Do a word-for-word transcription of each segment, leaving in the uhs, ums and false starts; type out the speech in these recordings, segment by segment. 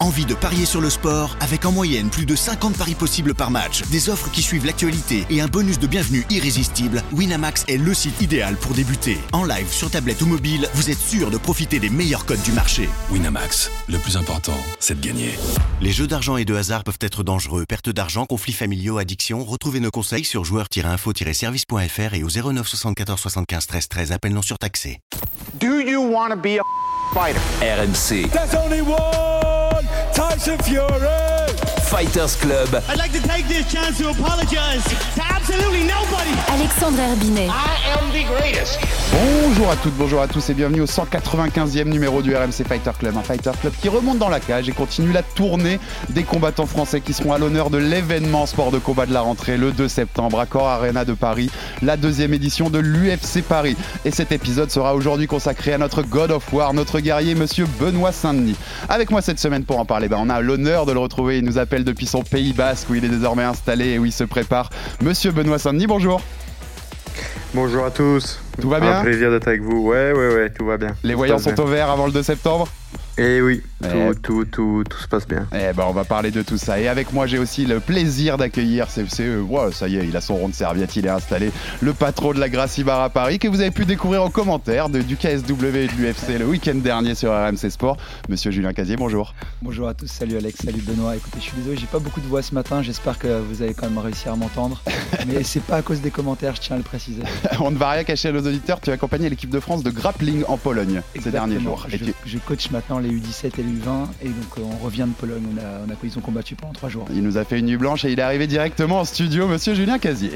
Envie de parier sur le sport avec en moyenne plus de cinquante paris possibles par match, des offres qui suivent l'actualité et un bonus de bienvenue irrésistible? Winamax est le site idéal pour débuter. En live, sur tablette ou mobile, vous êtes sûr de profiter des meilleurs codes du marché. Winamax, le plus important, c'est de gagner. Les jeux d'argent et de hasard peuvent être dangereux. Perte d'argent, conflits familiaux, addiction. Retrouvez nos conseils sur joueurs tiret info tiret service point f r et au zéro neuf soixante-quatorze soixante-quinze treize treize. Appel non surtaxé. Do you want to be a fighter? R M C. There's only one Tyson Fury. Fighters Club. I'd like to take this chance to apologize to absolutely nobody. Alexandre Herbinet. I am the greatest. Bonjour à toutes, bonjour à tous et bienvenue au cent quatre-vingt-quinzième numéro du R M C Fighter Club. Un Fighter Club qui remonte dans la cage et continue la tournée des combattants français qui seront à l'honneur de l'événement sport de combat de la rentrée le deux septembre à Core Arena de Paris, la deuxième édition de l'U F C Paris. Et cet épisode sera aujourd'hui consacré à notre God of War, notre guerrier, monsieur Benoît Saint-Denis. Avec moi cette semaine pour en parler, ben on a l'honneur de le retrouver. Il nous appelle depuis son Pays Basque où il est désormais installé et où il se prépare. Monsieur Benoît Saint-Denis, bonjour. Bonjour à tous. Tout va bien ? Un plaisir d'être avec vous. Ouais, ouais, ouais, tout va bien. Les tout voyants sont bien. au vert avant le deux septembre ? Eh oui, tout, Eh. tout, tout, tout se passe bien. Eh ben on va parler de tout ça. Et avec moi j'ai aussi le plaisir d'accueillir, c'est, c'est euh, wow, ça y est, il a son rond de serviette, il est installé, le patron de la Gracie Bar à Paris, que vous avez pu découvrir en commentaire de, du K S W et de l'U F C le week-end dernier sur R M C Sport. Monsieur Julien Casier, bonjour. Bonjour à tous, salut Alex, salut Benoît. Écoutez, je suis désolé, j'ai pas beaucoup de voix ce matin, j'espère que vous allez quand même réussir à m'entendre. Mais c'est pas à cause des commentaires, je tiens à le préciser. On ne va rien cacher à nos auditeurs, tu as accompagné l'équipe de France de grappling en Pologne ces derniers jours. Je, Et tu... je coach maintenant les U dix-sept et les U vingt et donc euh, on revient de Pologne, on a, on a ils ont combattu pendant trois jours. Il nous a fait une nuit blanche et il est arrivé directement en studio, monsieur Julien Casier.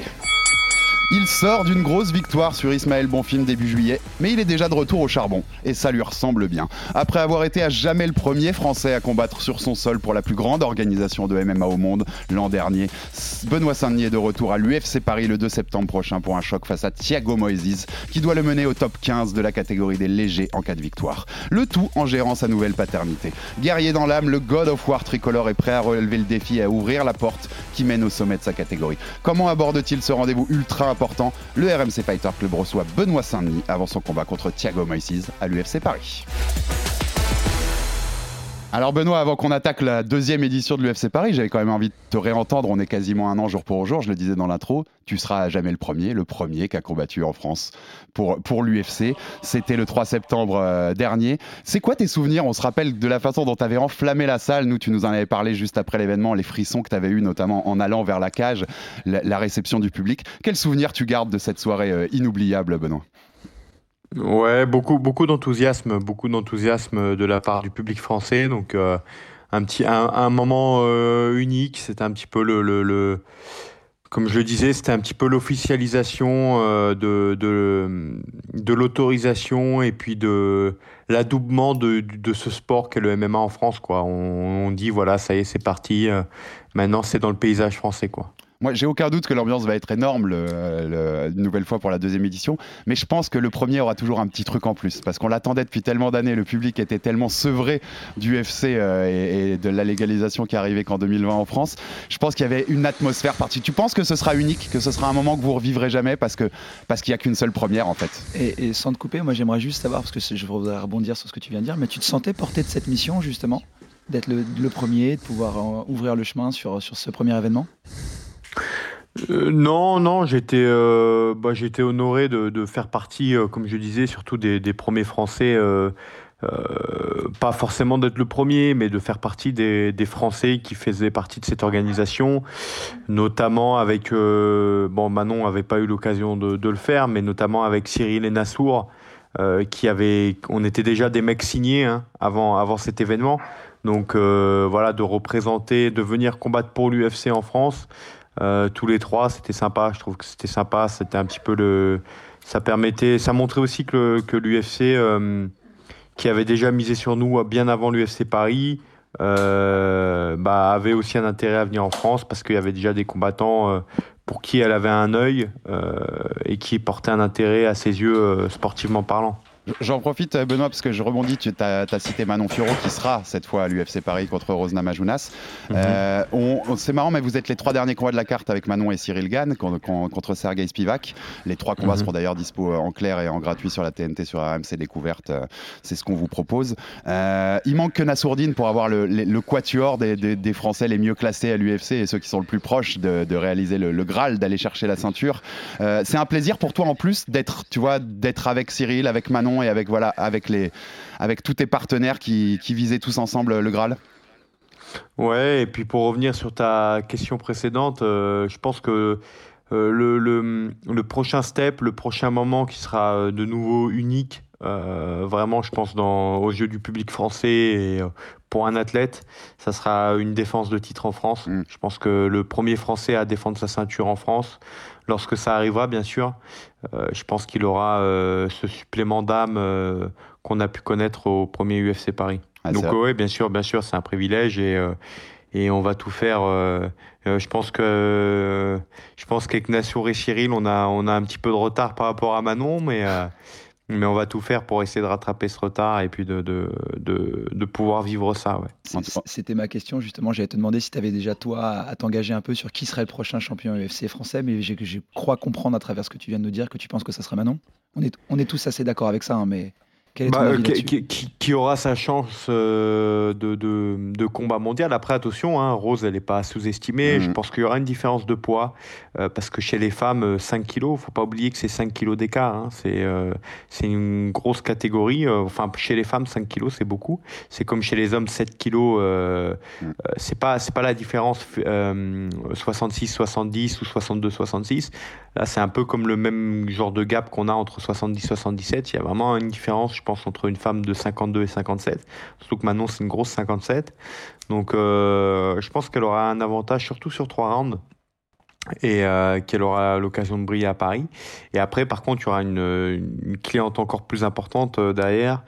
Il sort d'une grosse victoire sur Ismaël Bonfim début juillet, mais il est déjà de retour au charbon, et ça lui ressemble bien. Après avoir été à jamais le premier Français à combattre sur son sol pour la plus grande organisation de M M A au monde l'an dernier, Benoît Saint-Denis est de retour à l'U F C Paris le deux septembre prochain pour un choc face à Thiago Moïse, qui doit le mener au top quinze de la catégorie des légers en cas de victoire. Le tout en gérant sa nouvelle paternité. Guerrier dans l'âme, le God of War tricolore est prêt à relever le défi et à ouvrir la porte qui mène au sommet de sa catégorie. Comment aborde-t-il ce rendez-vous ultra important ? Le R M C Fighter Club reçoit Benoît Saint-Denis avant son combat contre Thiago Moïse à l'U F C Paris. Alors Benoît, avant qu'on attaque la deuxième édition de l'U F C Paris, j'avais quand même envie de te réentendre, on est quasiment un an jour pour jour, je le disais dans l'intro, tu seras à jamais le premier, le premier qui a combattu en France pour, pour l'U F C, c'était le trois septembre euh, dernier. C'est quoi tes souvenirs ? On se rappelle de la façon dont tu avais enflammé la salle, nous tu nous en avais parlé juste après l'événement, les frissons que tu avais eu notamment en allant vers la cage, la, la réception du public. Quel souvenir tu gardes de cette soirée euh, inoubliable, Benoît ? Ouais, beaucoup, beaucoup d'enthousiasme, beaucoup d'enthousiasme de la part du public français. Donc, euh, un petit, un, un moment euh, unique. C'était un petit peu le, le, le, comme je le disais, c'était un petit peu l'officialisation euh, de, de, de l'autorisation et puis de l'adoubement de, de ce sport qu'est le M M A en France, quoi. On, on dit voilà, ça y est, c'est parti. Euh, maintenant, c'est dans le paysage français, quoi. Moi, j'ai aucun doute que l'ambiance va être énorme, le, le, une nouvelle fois pour la deuxième édition. Mais je pense que le premier aura toujours un petit truc en plus. Parce qu'on l'attendait depuis tellement d'années. Le public était tellement sevré du U F C euh, et, et de la légalisation qui est arrivée qu'en deux mille vingt en France. Je pense qu'il y avait une atmosphère particulière. Tu penses que ce sera unique, que ce sera un moment que vous revivrez jamais parce, que, parce qu'il n'y a qu'une seule première, en fait. Et, et sans te couper, moi j'aimerais juste savoir, parce que je voudrais rebondir sur ce que tu viens de dire, mais tu te sentais porté de cette mission, justement, d'être le, le premier, de pouvoir euh, ouvrir le chemin sur, sur ce premier événement ? Euh, non, non, j'étais, euh, bah, j'étais honoré de, de faire partie, euh, comme je disais, surtout des, des premiers Français, euh, euh, pas forcément d'être le premier, mais de faire partie des, des Français qui faisaient partie de cette organisation, notamment avec, euh, bon, Manon n'avait pas eu l'occasion de, de le faire, mais notamment avec Cyril et Nassour, euh, qui avaient, on était déjà des mecs signés hein, avant, avant cet événement, donc euh, voilà, de représenter, de venir combattre pour l'U F C en France. Euh, tous les trois, c'était sympa. Je trouve que c'était sympa. C'était un petit peu le, ça permettait, ça montrait aussi que, le, que l'U F C, euh, qui avait déjà misé sur nous bien avant l'U F C Paris, euh, bah, avait aussi un intérêt à venir en France parce qu'il y avait déjà des combattants euh, pour qui elle avait un œil euh, et qui portaient un intérêt à ses yeux euh, sportivement parlant. J'en profite, Benoît, parce que je rebondis. Tu as, as cité Manon Fiorot, qui sera cette fois à l'U F C Paris contre Rose Namajunas. Mm-hmm. Euh, on, on, c'est marrant, mais vous êtes les trois derniers combats de la carte avec Manon et Cyril Gane contre, contre Sergei Spivak. Les trois combats mm-hmm. seront d'ailleurs dispo en clair et en gratuit sur la T N T, sur R M C Découverte. C'est ce qu'on vous propose. Euh, il manque que Nassourdine pour avoir le, le, le quatuor des, des, des Français les mieux classés à l'U F C et ceux qui sont le plus proches de, de réaliser le, le Graal, d'aller chercher la ceinture. Euh, c'est un plaisir pour toi en plus d'être, tu vois, d'être avec Cyril, avec Manon et avec voilà, avec les, avec tous tes partenaires qui, qui visaient tous ensemble le Graal. Ouais, et puis pour revenir sur ta question précédente, euh, je pense que euh, le, le, le prochain step, le prochain moment qui sera de nouveau unique, euh, vraiment, je pense, dans, aux yeux du public français et euh, pour un athlète, ça sera une défense de titre en France. Mmh. Je pense que le premier Français à défendre sa ceinture en France, lorsque ça arrivera, bien sûr, euh, je pense qu'il aura euh, ce supplément d'âme euh, qu'on a pu connaître au premier U F C Paris. Ah, Donc oui, bien sûr, bien sûr, c'est un privilège et euh, et on va tout faire. Euh, euh, je pense que euh, je pense qu'avec Nassour et Cyril, on a on a un petit peu de retard par rapport à Manon, mais euh, mais on va tout faire pour essayer de rattraper ce retard et puis de de de, de pouvoir vivre ça. Ouais. C'était ma question justement. J'allais te demander si tu avais déjà toi à t'engager un peu sur qui serait le prochain champion U F C français, mais je, je crois comprendre à travers ce que tu viens de nous dire que tu penses que ça sera Manon. On est on est tous assez d'accord avec ça, hein, mais Bah, euh, qui, qui, qui aura sa chance euh, de, de, de combat mondial. Après, attention, hein, Rose, elle n'est pas sous-estimée. Mmh. Je pense qu'il y aura une différence de poids euh, parce que chez les femmes, cinq kilos, il ne faut pas oublier que c'est cinq kilos d'écart. Hein, c'est, euh, c'est une grosse catégorie. Euh, enfin, chez les femmes, cinq kilos, c'est beaucoup. C'est comme chez les hommes, sept kilos. Euh, mmh. euh, c'est pas, c'est pas la différence euh, soixante-six soixante-dix ou soixante-deux soixante-six. Là, c'est un peu comme le même genre de gap qu'on a entre soixante-dix soixante-dix-sept. Il y a vraiment une différence, je pense, entre une femme de cinquante-deux et cinquante-sept. Surtout que Manon, c'est une grosse cinquante-sept. Donc, euh, je pense qu'elle aura un avantage, surtout sur trois rounds. Et euh, qu'elle aura l'occasion de briller à Paris. Et après, par contre, il y aura une, une cliente encore plus importante euh, derrière.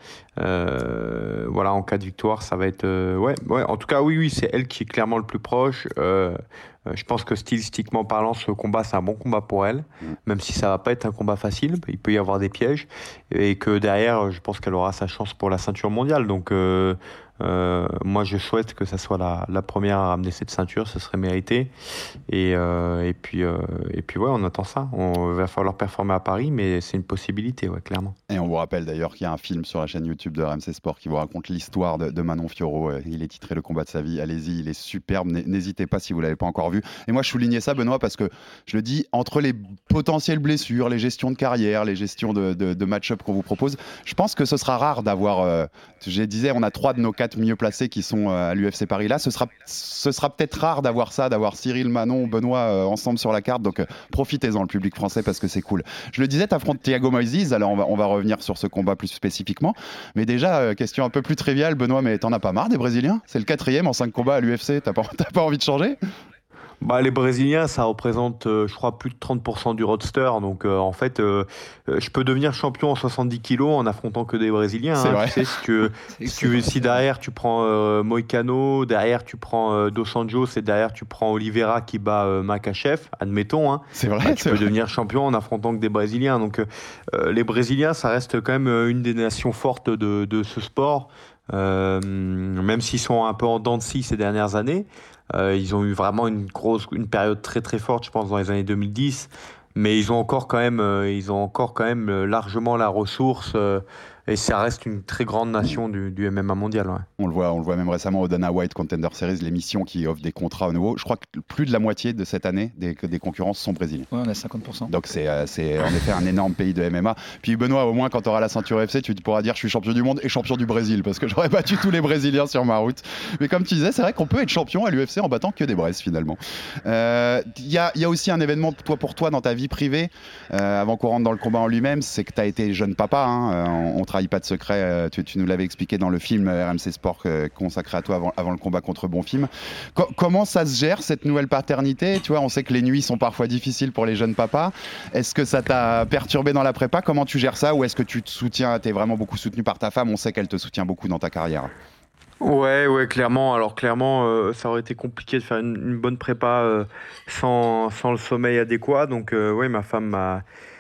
Euh, voilà, en cas de victoire, ça va être... Euh, ouais, ouais, en tout cas, oui, oui, c'est elle qui est clairement le plus proche. Euh, euh, je pense que stylistiquement parlant, ce combat, c'est un bon combat pour elle. Même si ça va pas être un combat facile, il peut y avoir des pièges. Et que derrière, je pense qu'elle aura sa chance pour la ceinture mondiale. Donc... Euh, Euh, moi, je souhaite que ça soit la, la première à ramener cette ceinture, ce serait mérité. Et, euh, et, puis, euh, et puis, ouais, on attend ça. On va falloir performer à Paris, mais c'est une possibilité, ouais, clairement. Et on vous rappelle d'ailleurs qu'il y a un film sur la chaîne YouTube de R M C Sport qui vous raconte l'histoire de, de Manon Fiorot. Il est titré Le combat de sa vie. Allez-y, il est superbe. N'hésitez pas si vous ne l'avez pas encore vu. Et moi, je soulignais ça, Benoît, parce que je le dis, entre les potentielles blessures, les gestions de carrière, les gestions de, de, de match-up qu'on vous propose, je pense que ce sera rare d'avoir. Euh, je disais, on a trois de nos quatre mieux placés qui sont à l'U F C Paris là. Ce sera, ce sera peut-être rare d'avoir ça, d'avoir Cyril, Manon, Benoît euh, ensemble sur la carte. Donc euh, profitez-en, le public français, parce que c'est cool. Je le disais, tu affrontes Thiago Moises. Alors on va, on va revenir sur ce combat plus spécifiquement. Mais déjà, euh, question un peu plus triviale, Benoît, mais t'en as pas marre des Brésiliens ? C'est le quatrième en cinq combats à l'U F C. T'as pas, t'as pas envie de changer ? Bah, les Brésiliens, ça représente, euh, je crois, plus de trente pour cent du roster. Donc, euh, en fait, euh, je peux devenir champion en soixante-dix kilos en affrontant que des Brésiliens. C'est hein. vrai. Tu sais, si, tu, si, tu, si derrière, tu prends euh, Moicano, derrière, tu prends euh, Dos Anjos et derrière, tu prends Oliveira qui bat euh, Makhachev, admettons. Hein, c'est vrai. Bah, tu c'est peux vrai. devenir champion en affrontant que des Brésiliens. Donc, euh, les Brésiliens, ça reste quand même une des nations fortes de, de ce sport. Euh, même s'ils sont un peu en dents de scie ces dernières années. Euh, ils ont eu vraiment une grosse, une période très très forte, je pense, dans les années deux mille dix. Mais ils ont encore quand même, euh, ils ont encore quand même largement la ressource. Euh, et ça reste une très grande nation du, du M M A mondial. Ouais. On le voit, on le voit même récemment au Dana White Contender Series, l'émission qui offre des contrats au nouveau. Je crois que plus de la moitié de cette année des, des concurrents sont brésiliens. Ouais, on a cinquante pour cent. Donc c'est, euh, c'est en effet un énorme pays de M M A. Puis Benoît, au moins quand tu auras la ceinture U F C, tu pourras dire je suis champion du monde et champion du Brésil, parce que j'aurais battu tous les Brésiliens sur ma route. Mais comme tu disais, c'est vrai qu'on peut être champion à l'U F C en battant que des Brésiliens finalement. Il euh, y, a, y a aussi un événement toi pour toi dans ta vie privée, euh, avant qu'on rentre dans le combat en lui-même, c'est que tu as été jeune papa. Hein, euh, on, on trahit pas de secret. Tu, tu nous l'avais expliqué dans le film R M C Sport euh, consacré à toi avant, avant le combat contre Bonfim. Co- comment ça se gère cette nouvelle paternité ? Tu vois, on sait que les nuits sont parfois difficiles pour les jeunes papas. Est-ce que ça t'a perturbé dans la prépa ? Comment tu gères ça ? Ou est-ce que tu te soutiens ? T'es vraiment beaucoup soutenu par ta femme ? On sait qu'elle te soutient beaucoup dans ta carrière. Ouais, ouais, clairement. Alors clairement, euh, ça aurait été compliqué de faire une, une bonne prépa euh, sans, sans le sommeil adéquat. Donc, euh, ouais, ma femme m'a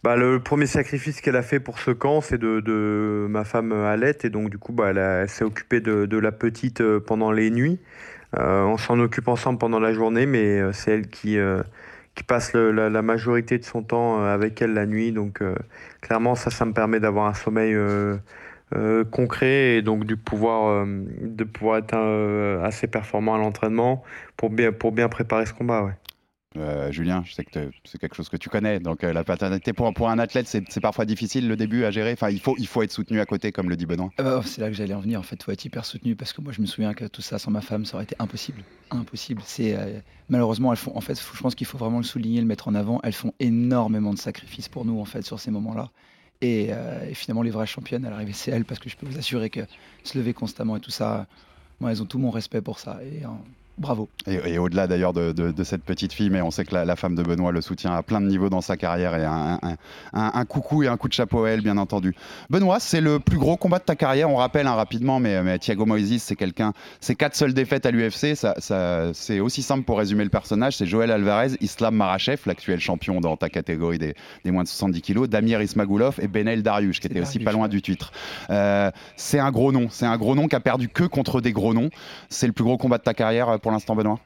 Bah, le premier sacrifice qu'elle a fait pour ce camp, c'est de, de ma femme Alette. Et donc, du coup, bah, elle, a- elle s'est occupée de, de la petite euh, pendant les nuits. Euh, on s'en occupe ensemble pendant la journée, mais euh, c'est elle qui, euh, qui passe le- la, la majorité de son temps euh, avec elle la nuit. Donc, euh, clairement, ça, ça me permet d'avoir un sommeil euh, euh, concret et donc du pouvoir, euh, de pouvoir être euh, assez performant à l'entraînement pour bien, pour bien préparer ce combat. Ouais. Euh, Julien, je sais que te- c'est quelque chose que tu connais. Donc euh, la paternité pour, pour un athlète, c'est c'est parfois difficile le début à gérer. Enfin, il faut, il faut être soutenu à côté, comme le dit Benoît. Ah bah, c'est là que j'allais en venir. En fait, il faut être hyper soutenu parce que moi, je me souviens que tout ça sans ma femme, ça aurait été impossible. Impossible. C'est euh, malheureusement, elles font. En fait, je pense qu'il faut vraiment le souligner, le mettre en avant. Elles font énormément de sacrifices pour nous en fait sur ces moments-là. Et, euh, et finalement, les vraies championnes à l'arrivée, c'est elles parce que je peux vous assurer que se lever constamment et tout ça, moi, elles ont tout mon respect pour ça. Et euh, bravo. Et, et au-delà d'ailleurs de, de- de cette petite fille, mais on sait que la, la femme de Benoît le soutient à plein de niveaux dans sa carrière et un, un- un- un coucou et un coup de chapeau à elle, bien entendu. Benoît, c'est le plus gros combat de ta carrière, on rappelle hein, rapidement, mais, mais Thiago Moises, c'est quelqu'un, c'est quatre seules défaites à l'U F C, ça, ça- c'est aussi simple pour résumer le personnage, c'est Joël Alvarez, Islam Makhachev, l'actuel champion dans ta catégorie des, des moins de soixante-dix kilos, Damir Ismagulov et Benel Dariush, qui C'est était aussi Dariush, pas loin ouais. du titre. Euh, c'est un gros nom, c'est un gros nom qui a perdu que contre des gros noms. C'est le plus gros combat de ta carrière euh, pour l'instant, Benoît?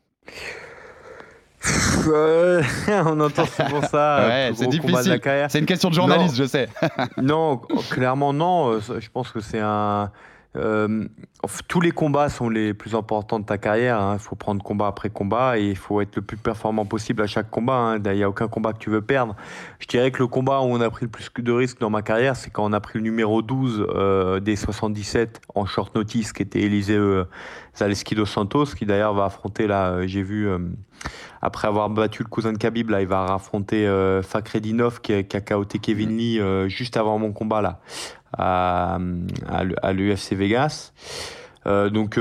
Euh, on entend souvent ça. Ouais, plus c'est gros combat de la difficile. carrière. C'est une question de journaliste, je sais. Non, clairement non. Euh, ça, Je pense que c'est un. euh, f- tous les combats sont les plus importants de ta carrière. Il faut prendre combat après combat et il faut être le plus performant possible à chaque combat. hein. Il n'y a aucun combat que tu veux perdre. Je dirais que le combat où on a pris le plus de risques dans ma carrière, c'est quand on a pris le numéro douze euh, des soixante-dix-sept en short notice, qui était Eliseu euh, Zaleski dos Santos, qui d'ailleurs va affronter, là, euh, j'ai vu, euh, après avoir battu le cousin de Khabib, là, il va affronter euh, Fakhredinov, qui a, qui a K O T Kevin Lee euh, juste avant mon combat, là, à, à, l- à l'U F C Vegas. Euh, donc,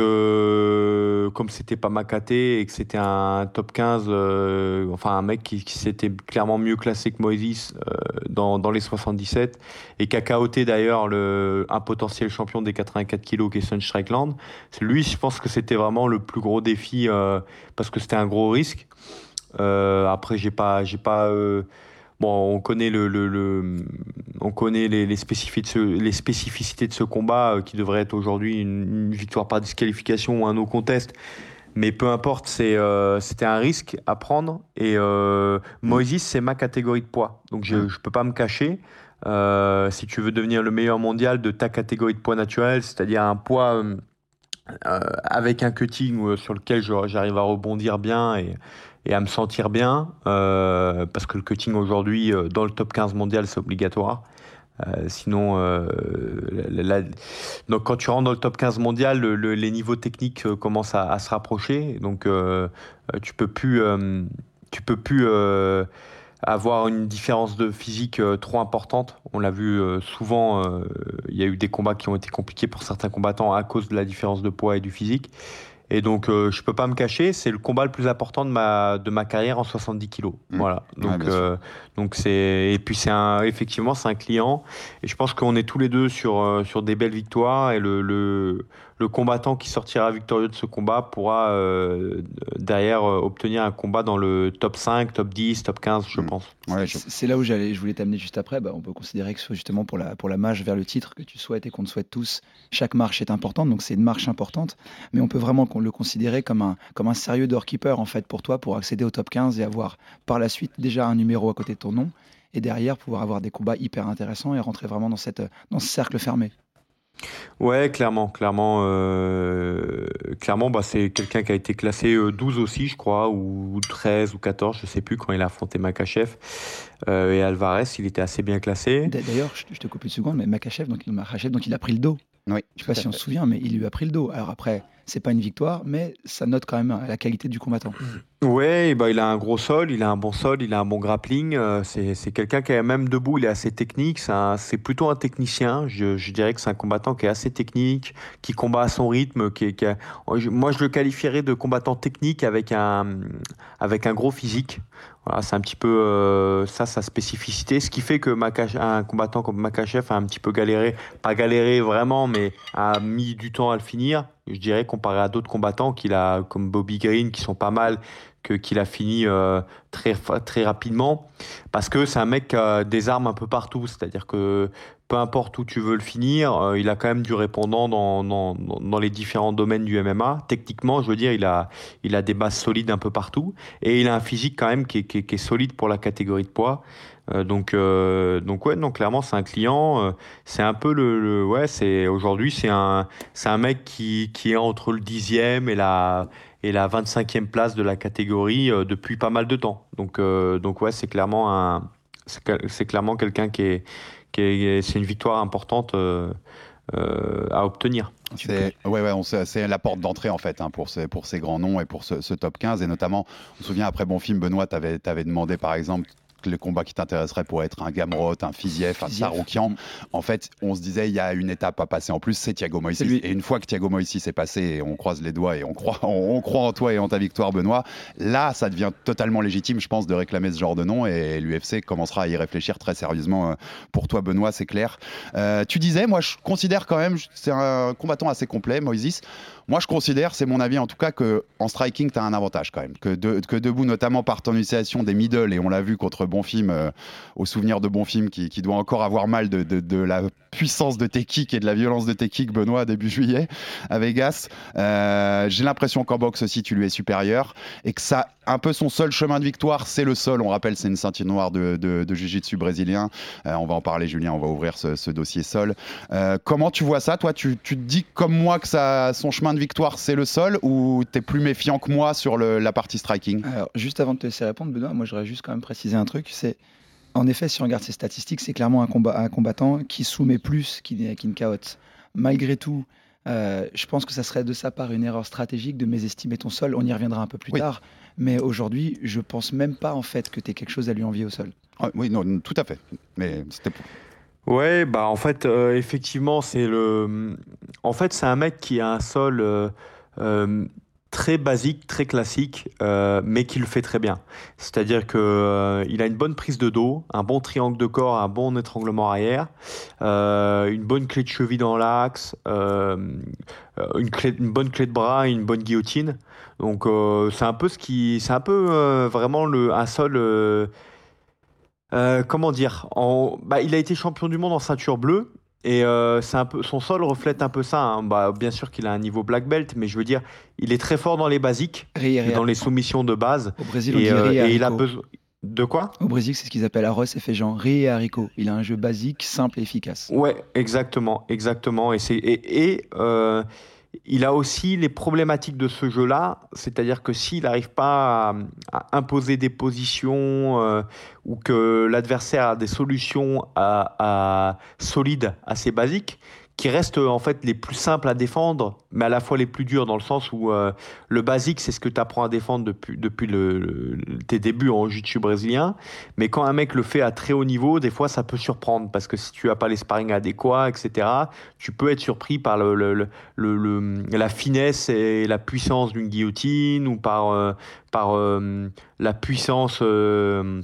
euh, comme c'était pas ma caté et que c'était un top quinze, euh, enfin un mec qui, qui s'était clairement mieux classé que Moises euh, dans, dans les soixante-dix-sept et qui a K O T d'ailleurs le, un potentiel champion des quatre-vingt-quatre kilos qui est Son Strickland. C'est lui, je pense que c'était vraiment le plus gros défi euh, parce que c'était un gros risque. Euh, après, j'ai pas, j'ai pas. euh, Bon, on connaît le, le, le- on connaît les, les, spécificités de ce, les spécificités de ce combat euh, qui devrait être aujourd'hui une, une victoire par disqualification ou un no contest. Mais peu importe, c'est, euh, c'était un risque à prendre. Et euh, Moises, c'est ma catégorie de poids. Donc je ne peux pas me cacher. Euh, si tu veux devenir le meilleur mondial de ta catégorie de poids naturel, c'est-à-dire un poids euh, euh, avec un cutting euh, sur lequel je- j'arrive à rebondir bien et, et à me sentir bien, euh, parce que le cutting aujourd'hui, euh, dans le top quinze mondial, c'est obligatoire. Euh, sinon, euh, la- la- donc quand tu rentres dans le top quinze mondial, le- le- les niveaux techniques euh, commencent à, à se rapprocher. Donc, euh, euh, tu peux plus, euh, tu peux plus euh, avoir une différence de physique euh, trop importante. On l'a vu euh, souvent. euh, Il y a eu des combats qui ont été compliqués pour certains combattants à cause de la différence de poids et du physique. Et donc, euh, je peux pas me cacher, c'est le combat le plus important de ma, de ma carrière en soixante-dix kilos. Mmh. Voilà. Ouais, Donc, bien sûr. euh, donc c'est, et puis c'est un, effectivement, c'est un client. Et je pense qu'on est tous les deux sur, euh, sur des belles victoires. Et le, le, le combattant qui sortira victorieux de ce combat pourra euh, derrière euh, obtenir un combat dans le top cinq, top dix, top quinze, je Mmh. pense. Ouais, je- C'est c'est là où j'allais, je voulais t'amener juste après. Bah, on peut considérer que ce soit justement pour la, pour la marche vers le titre que tu souhaites et qu'on te souhaite tous, chaque marche est importante. Donc c'est une marche importante. Mais on peut vraiment con- le considérer comme un, comme un sérieux doorkeeper en fait pour toi pour accéder au top quinze et avoir par la suite déjà un numéro à côté de ton nom. Et derrière pouvoir avoir des combats hyper intéressants et rentrer vraiment dans, cette, dans ce cercle fermé. Ouais, clairement, clairement, euh, clairement, bah, c'est quelqu'un qui a été classé euh, douze aussi, je crois, ou treize ou quatorze, je sais plus, quand il a affronté Makhachev euh, et Alvarez, il était assez bien classé. D'a- D'ailleurs, je, je te coupe une seconde, mais Makhachev, donc, Makhachev, donc il a pris le dos. Oui, Je sais pas si on se souvient, mais il lui a pris le dos. Alors après, c'est pas une victoire, mais ça note quand même la qualité du combattant. Ouais, bah, il a un gros sol, il a un bon sol, il a un bon grappling. euh, c'est, c'est quelqu'un qui est même debout, il est assez technique. C'est, un- c'est plutôt un technicien. Je, je dirais que c'est un combattant qui est assez technique, qui combat à son rythme. Qui, est- qui a- je- moi, je le qualifierais de combattant technique avec un, avec un gros physique. Voilà, c'est un petit peu euh, ça, sa spécificité. Ce qui fait que Makhachev- un combattant comme Makhachev a un petit peu galéré, pas galéré vraiment, mais a mis du temps à le finir. Je dirais comparé à d'autres combattants qu'il a, comme Bobby Green, qui sont pas mal, que, qu'il a fini euh, très, très rapidement, parce que c'est un mec qui a des armes un peu partout, c'est-à-dire que peu importe où tu veux le finir, euh, il a quand même du répondant dans, dans, dans les différents domaines du M M A. Techniquement, je veux dire, il a, il a des bases solides un peu partout, et il a un physique quand même qui est, qui est, qui est solide pour la catégorie de poids. Euh, donc, euh, donc ouais, donc clairement c'est un client. Euh, c'est un peu le, le ouais, c'est aujourd'hui c'est un, c'est un mec qui, qui est entre le dixième et la et la vingt-cinquième place de la catégorie euh, depuis pas mal de temps. Donc, euh, donc ouais, c'est clairement un, c'est, c'est clairement quelqu'un qui est, qui est, c'est une victoire importante euh, euh, à obtenir. C'est, ouais, ouais, on sait, c'est la porte d'entrée en fait hein, pour, ces, pour ces grands noms et pour ce, ce top quinze. Et notamment, on se souvient après Bonfim, Benoît, t'avais, t'avais demandé par exemple le combat qui t'intéresserait pourrait être un Gamrot, un Fiziev, un Tsaroukian. En fait, on se disait il y a une étape à passer en plus, c'est Thiago Moïse. Et une fois que Thiago Moïse est passé, et on croise les doigts et on croit, on, on croit en toi et en ta victoire, Benoît, là, ça devient totalement légitime, je pense, de réclamer ce genre de nom et l'U F C commencera à y réfléchir très sérieusement pour toi, Benoît, c'est clair. Euh, tu disais, moi, je considère quand même, c'est un combattant assez complet, Moïse. Moi, je considère, c'est mon avis en tout cas, qu'en striking, tu as un avantage quand même. Que, de, que debout, notamment par ton utilisation des middle, et on l'a vu contre Bonfim, euh, au souvenir de Bonfim, qui, qui doit encore avoir mal de, de, de la puissance de tes kicks et de la violence de tes kicks, Benoît, début juillet, à Vegas. Euh, j'ai l'impression qu'en boxe aussi, tu lui es supérieur, et que ça, un peu son seul chemin de victoire, c'est le sol. On rappelle, c'est une ceinture noire de, de, de jiu-jitsu brésilien. Euh, on va en parler, Julien, on va ouvrir ce, ce dossier sol. Euh, comment tu vois ça, toi? tu, tu te dis comme moi que ça, son chemin de victoire, c'est le sol, ou t'es plus méfiant que moi sur le, la partie striking? Alors, juste avant de te laisser répondre, Benoît, moi j'aurais juste quand même précisé un truc, c'est en effet, si on regarde ses statistiques, c'est clairement un, combat, un combattant qui soumet plus qu'il, qu'il ne K O. Malgré tout, euh, je pense que ça serait de sa part une erreur stratégique de mésestimer ton sol. On y reviendra un peu plus oui. tard, mais aujourd'hui, je pense même pas en fait que tu aies quelque chose à lui envier au sol. Ah, oui, non, tout à fait. Mais c'était pour... Ouais, bah en fait, euh, effectivement, c'est le. En fait, c'est un mec qui a un sol euh, euh, très basique, très classique, euh, mais qui le fait très bien. C'est-à-dire que euh, il a une bonne prise de dos, un bon triangle de corps, un bon étranglement arrière, euh, une bonne clé de cheville dans l'axe, euh, une, clé, une bonne clé de bras, et une bonne guillotine. Donc euh, c'est un peu ce qui, c'est un peu euh, vraiment le un sol. Euh, Euh, comment dire en, bah, il a été champion du monde en ceinture bleue et euh, c'est un peu, son sol reflète un peu ça hein. Bah, bien sûr qu'il a un niveau black belt, mais je veux dire il est très fort dans les basiques, Ria, Ria. dans les soumissions de base. Au Brésil, on et, dit euh, Ria, et il a Rico. besoin de quoi? Au Brésil, c'est ce qu'ils appellent arroz et feijão, riz et haricots. Il a un jeu basique, simple et efficace. Ouais, exactement, exactement. Et c'est et, et euh, il a aussi les problématiques de ce jeu-là, c'est-à-dire que s'il n'arrive pas à, à imposer des positions euh, ou que l'adversaire a des solutions à, à, solides, assez basiques, qui restent en fait les plus simples à défendre, mais à la fois les plus durs, dans le sens où euh, le basique, c'est ce que tu apprends à défendre depuis, depuis le, le, tes débuts en jiu-jitsu brésilien. Mais quand un mec le fait à très haut niveau, des fois, ça peut surprendre, parce que si tu n'as pas les sparring adéquats, et cetera, tu peux être surpris par le, le, le, le, le, la finesse et la puissance d'une guillotine, ou par, euh, par euh, la puissance... Euh,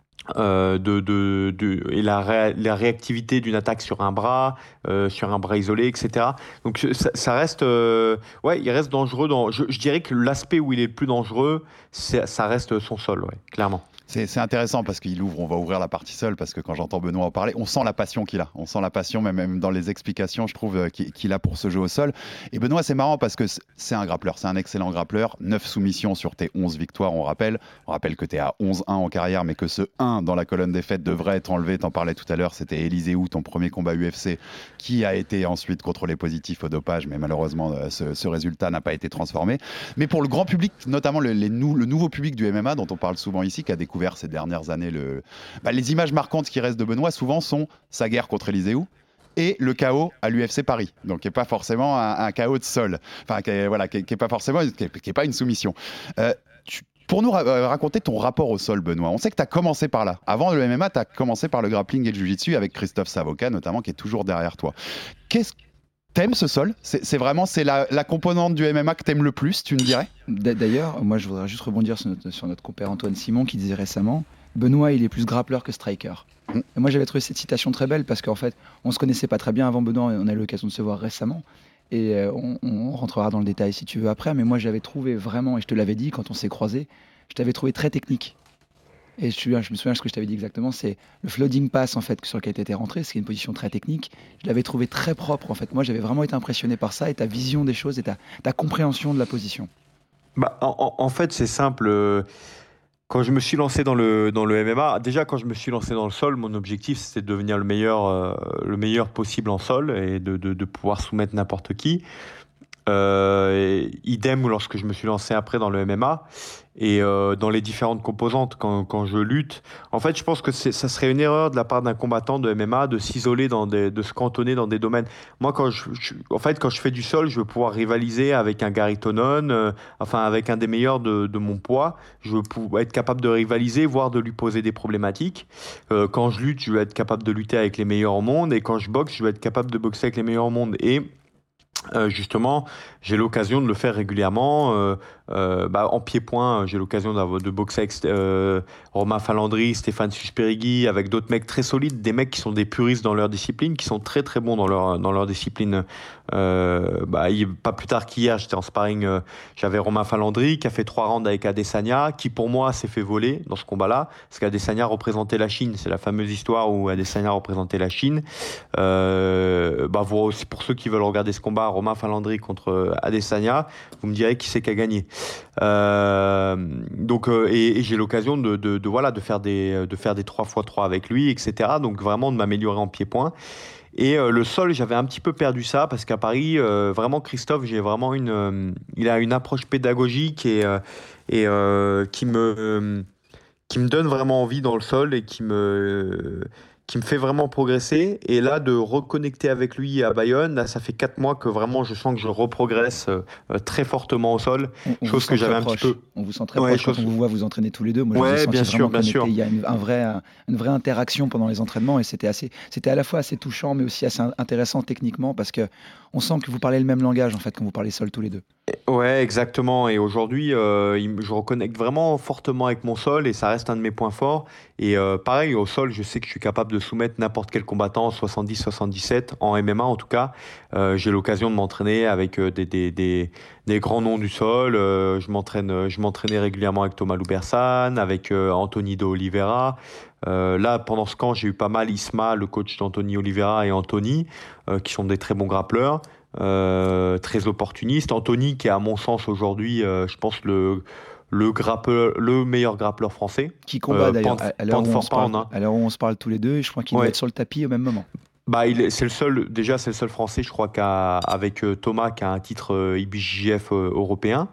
Euh, de, de, de, et la, ré, la réactivité d'une attaque sur un bras, euh, sur un bras isolé, et cetera. Donc ça, ça reste, euh, ouais, il reste dangereux. Dans, je, je dirais que l'aspect où il est le plus dangereux, c'est, ça reste son sol, ouais, clairement. C'est, c'est intéressant parce qu'il ouvre, on va ouvrir la partie seule, parce que quand j'entends Benoît en parler, on sent la passion qu'il a. On sent la passion, même, même dans les explications, je trouve, qu'il, qu'il a pour ce jeu au sol. Et Benoît, c'est marrant parce que c'est un grappleur, c'est un excellent grappleur. neuf soumissions sur tes onze victoires, on rappelle. On rappelle que tu es à onze un en carrière, mais que ce un dans la colonne des fêtes devrait être enlevé. T'en parlais tout à l'heure, c'était Élyséou, ton premier combat U F C, qui a été ensuite contrôlé positif au dopage, mais malheureusement, ce, ce résultat n'a pas été transformé. Mais pour le grand public, notamment le, les nou, le nouveau public du M M A, dont on parle souvent ici, qui a découvert ces dernières années le... bah, les images marquantes qui restent de Benoît, souvent, sont sa guerre contre Élyséou et le K O à l'U F C Paris, donc qui n'est pas forcément un, un K O de sol, enfin qui n'est voilà, qui est pas forcément, qui est, qui est pas une soumission. Euh, tu, pour nous ra- raconter ton rapport au sol, Benoît, on sait que tu as commencé par là. Avant le M M A, tu as commencé par le grappling et le jiu-jitsu avec Christophe Savoca, notamment, qui est toujours derrière toi. Qu'est-ce T'aimes ce sol? c'est, c'est vraiment c'est la, la composante du M M A que t'aimes le plus, tu me dirais? D'ailleurs, moi je voudrais juste rebondir sur notre, sur notre compère Antoine Simon qui disait récemment Benoît, il est plus grappleur que striker. Mmh. Et moi j'avais trouvé cette citation très belle parce qu'en fait, on se connaissait pas très bien avant Benoît et on a eu l'occasion de se voir récemment. Et euh, on, on rentrera dans le détail si tu veux après, mais moi j'avais trouvé vraiment, et je te l'avais dit quand on s'est croisés, je t'avais trouvé très technique. Et je, je me souviens ce que je t'avais dit exactement, c'est le floating pass en fait sur lequel tu étais rentré, c'est une position très technique. Je l'avais trouvé très propre en fait. Moi, j'avais vraiment été impressionné par ça et ta vision des choses et ta, ta compréhension de la position. Bah, en, en fait, c'est simple. euh, Quand je me suis lancé dans le, dans le M M A, déjà quand je me suis lancé dans le sol, mon objectif c'était de devenir le meilleur, euh, le meilleur possible en sol et de, de, de pouvoir soumettre n'importe qui. Euh, et idem lorsque je me suis lancé après dans le M M A et euh, dans les différentes composantes quand, quand je lutte. En fait, je pense que c'est, ça serait une erreur de la part d'un combattant de M M A de s'isoler, dans des, de se cantonner dans des domaines. Moi, quand je, je- en fait, quand je fais du sol, je veux pouvoir rivaliser avec un Gary Tonon, euh, enfin avec un des meilleurs de, de mon poids. Je veux pouvoir être capable de rivaliser, voire de lui poser des problématiques. Euh, quand je lutte, je veux être capable de lutter avec les meilleurs au monde, et quand je boxe, je veux être capable de boxer avec les meilleurs au monde. Et Euh, justement, j'ai l'occasion de le faire régulièrement. Euh, euh, bah, en pied-point, j'ai l'occasion d'avoir- de boxer avec euh, Romain Falandri, Stéphane Susperigui, avec d'autres mecs très solides, des mecs qui sont des puristes dans leur discipline, qui sont très très bons dans leur, dans leur discipline. Euh, bah, il- pas plus tard qu'hier, j'étais en sparring, euh, j'avais Romain Falandri qui a fait trois rounds avec Adesanya, qui pour moi s'est fait voler dans ce combat-là, parce qu'Adesanya représentait la Chine. C'est la fameuse histoire où Adesanya représentait la Chine. Euh, bah, vous aussi, pour ceux qui veulent regarder ce combat, Romain Falandri contre Adesanya, vous me direz qui c'est qui a gagné. Euh, donc, euh, et, et j'ai l'occasion de, de, de, voilà, de faire des, de faire des trois fois trois avec lui, et cetera. Donc vraiment de m'améliorer en pied-point. Et euh, le sol, j'avais un petit peu perdu ça parce qu'à Paris, euh, vraiment Christophe, j'ai vraiment une, euh, il a une approche pédagogique et, euh, et euh, qui me, euh, qui me donne vraiment envie dans le sol et qui me, qui me fait vraiment progresser. Et là, de reconnecter avec lui à Bayonne, là, ça fait quatre mois que vraiment je sens que je reprogresse euh, euh, très fortement au sol. On, on vous Chose sent que j'avais très un petit proche. peu. On vous sent très Ouais, proche chose- quand on vous voit vous entraîner tous les deux. Moi, je Ouais, vous ai senti bien sûr, vraiment bien connectés. sûr. Il y a une, un vrai, un- une vraie interaction pendant les entraînements et c'était assez, c'était à la fois assez touchant, mais aussi assez intéressant techniquement parce que on sent que vous parlez le même langage en fait quand vous parlez sol tous les deux. Ouais, exactement. Et aujourd'hui, euh, il me- je reconnecte vraiment fortement avec mon sol et ça reste un de mes points forts. Et euh, pareil, au sol, je sais que je suis capable de soumettre n'importe quel combattant soixante-dix soixante-dix-sept, en M M A en tout cas. Euh, j'ai l'occasion de m'entraîner avec euh, des, des, des, des grands noms du sol. Euh, je m'entraîne, je m'entraînais régulièrement avec Thomas Loubersan, avec euh, Anthony de Oliveira. Euh, là, pendant ce camp, j'ai eu pas mal Isma, le coach d'Anthony Oliveira, et Anthony, euh, qui sont des très bons grappleurs. Euh, très opportuniste. Anthony, qui est à mon sens aujourd'hui, euh, je pense, le, le, grappleur, le meilleur grappleur français. Qui combat Euh, d'ailleurs pound- à, à l'heure pound où on for se parle, pound, hein. à l'heure où on se parle tous les deux. Et je crois qu'il Ouais. doit être sur le tapis au même moment. Bah, il est- c'est le seul, déjà, c'est le seul français, je crois, qu'a, avec euh, Thomas, qui a un titre euh, I B J J F euh, européen,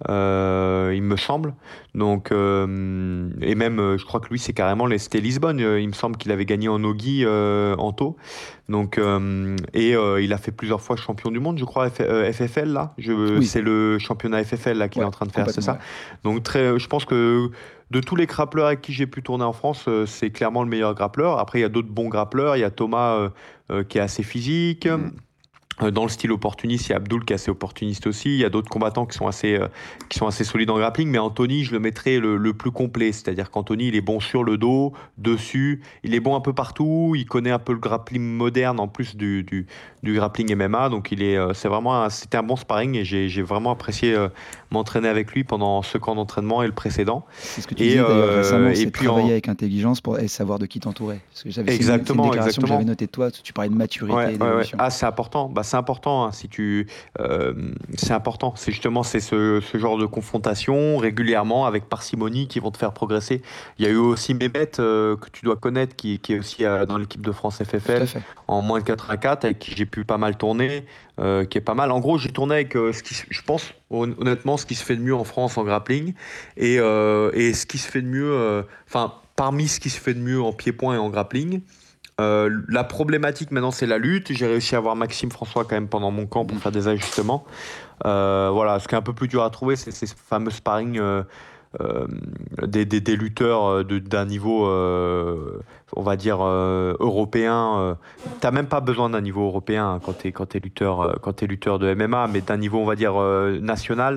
euh, il me semble. Donc, euh, et même, euh, je crois que lui, c'est carrément, les- c'était Lisbonne, euh, il me semble qu'il avait gagné en Ogi, euh, en taux. Donc, euh, et euh, il a fait plusieurs fois champion du monde, je crois, F- euh, F F L, là. Je, Oui. C'est le championnat F F L, là, qu'il Ouais, est en train de faire, c'est ça? complètement, Donc, très, je pense que de tous les grappleurs avec qui j'ai pu tourner en France, euh, c'est clairement le meilleur grappleur. Après, il y a d'autres bons grappleurs. Il y a Thomas, euh, euh, qui est assez physique. Euh, Dans le style opportuniste, il y a Abdul qui est assez opportuniste aussi. Il y a d'autres combattants qui sont assez, euh, qui sont assez solides en grappling. Mais Anthony, je le mettrais le, le plus complet. C'est-à-dire qu'Anthony, il est bon sur le dos, dessus. Il est bon un peu partout. Il connaît un peu le grappling moderne en plus du, du, du grappling M M A. Donc, il est, euh, c'est vraiment un, c'était un bon sparring et j'ai, j'ai vraiment apprécié euh, m'entraîner avec lui pendant ce camp d'entraînement et le précédent. C'est ce que tu Et, disais d'ailleurs euh, récemment, et c'est de puis travailler en- avec intelligence pour et savoir de qui t'entourer. Parce que j'avais c'est une- c'est une, Exactement, déclaration exactement. que j'avais notée de toi. Tu parlais de maturité Ouais, et ouais, ouais. d'évolution. Ah, c'est important. Bah, c'est important. hein, si tu, euh, c'est important. C'est justement c'est ce, ce genre de confrontation régulièrement avec parcimonie qui vont te faire progresser. Il y a eu aussi Mehmet euh, que tu dois connaître, qui, qui est aussi euh, dans l'équipe de France F F Tout à L fait. en moins de quatre-vingt-quatre, avec qui j'ai pu pas mal tourner, euh, qui est pas mal. En gros, j'ai tourné avec euh, ce qui, se- je pense hon- honnêtement, ce qui se fait de mieux en France en grappling et, euh, et ce qui se fait de mieux, euh, enfin parmi ce qui se fait de mieux en pied-point et en grappling. Euh, la problématique maintenant, c'est la lutte. J'ai réussi à avoir Maxime François quand même pendant mon camp pour faire des ajustements. Euh, voilà, ce qui est un peu plus dur à trouver, c'est ces fameux sparring euh, euh, des, des, des lutteurs de- d'un niveau, euh, on va dire, euh, européen. Euh. T'as même pas besoin d'un niveau européen hein, quand t'es quand t'es lutteur, euh, quand t'es lutteur de M M A, mais d'un niveau, on va dire, euh, national.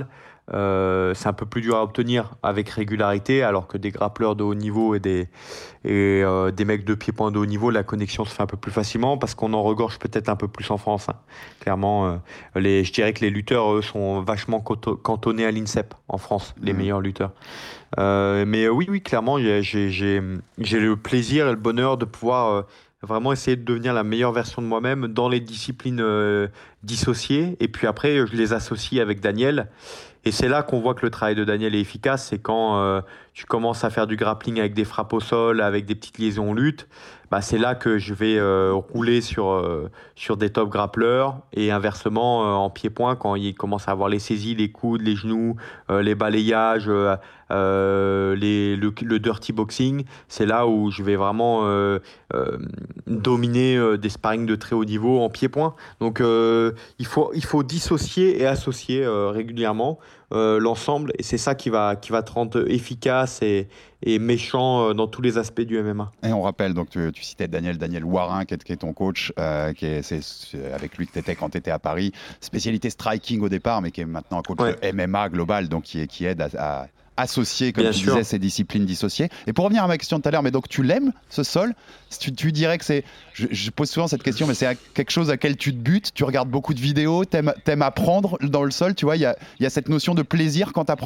euh, c'est un peu plus dur à obtenir avec régularité, alors que des grappleurs de haut niveau et des, et, euh, des mecs de pied-point de haut niveau, la connexion se fait un peu plus facilement parce qu'on en regorge peut-être un peu plus en France. Hein. Clairement, euh, les, je dirais que les lutteurs, eux, sont vachement cantonnés à l'INSEP en France, les mmh. meilleurs lutteurs. Euh, mais oui, oui, clairement, j'ai, j'ai, j'ai le plaisir et le bonheur de pouvoir euh, vraiment essayer de devenir la meilleure version de moi-même dans les disciplines euh, dissociées. Et puis après, je les associe avec Daniel. Et c'est là qu'on voit que le travail de Daniel est efficace. C'est quand euh, tu commences à faire du grappling avec des frappes au sol, avec des petites liaisons en lutte. Bah, c'est là que je vais euh, rouler sur, euh, sur des top grappleurs. Et inversement, euh, en pied-point, quand il commence à avoir les saisies, les coudes, les genoux, euh, les balayages, euh, euh, les, le, le dirty boxing, c'est là où je vais vraiment euh, euh, dominer euh, des sparring de très haut niveau en pied-point. Donc euh, il faut, il faut dissocier et associer euh, régulièrement euh, l'ensemble. Et c'est ça qui va, qui va te rendre efficace et, et méchant euh, dans tous les aspects du M M A. Et on rappelle, donc tu, tu citais Daniel, Daniel Warin, qui est, qui est ton coach, euh, qui est, c'est, c'est avec lui que tu étais quand tu étais à Paris. Spécialité striking au départ, mais qui est maintenant un coach ouais. de M M A global, donc qui, qui aide à, à associer, comme Bien tu sûr. disais, ces disciplines dissociées. Et pour revenir à ma question de tout à l'heure, mais donc tu l'aimes, ce sol ? tu, tu dirais que c'est... Je, je pose souvent cette question, mais c'est quelque chose à quel tu te butes ? Tu regardes beaucoup de vidéos, t'aimes, t'aimes apprendre dans le sol, tu vois, il y a, y a cette notion de plaisir quand t'apprends ?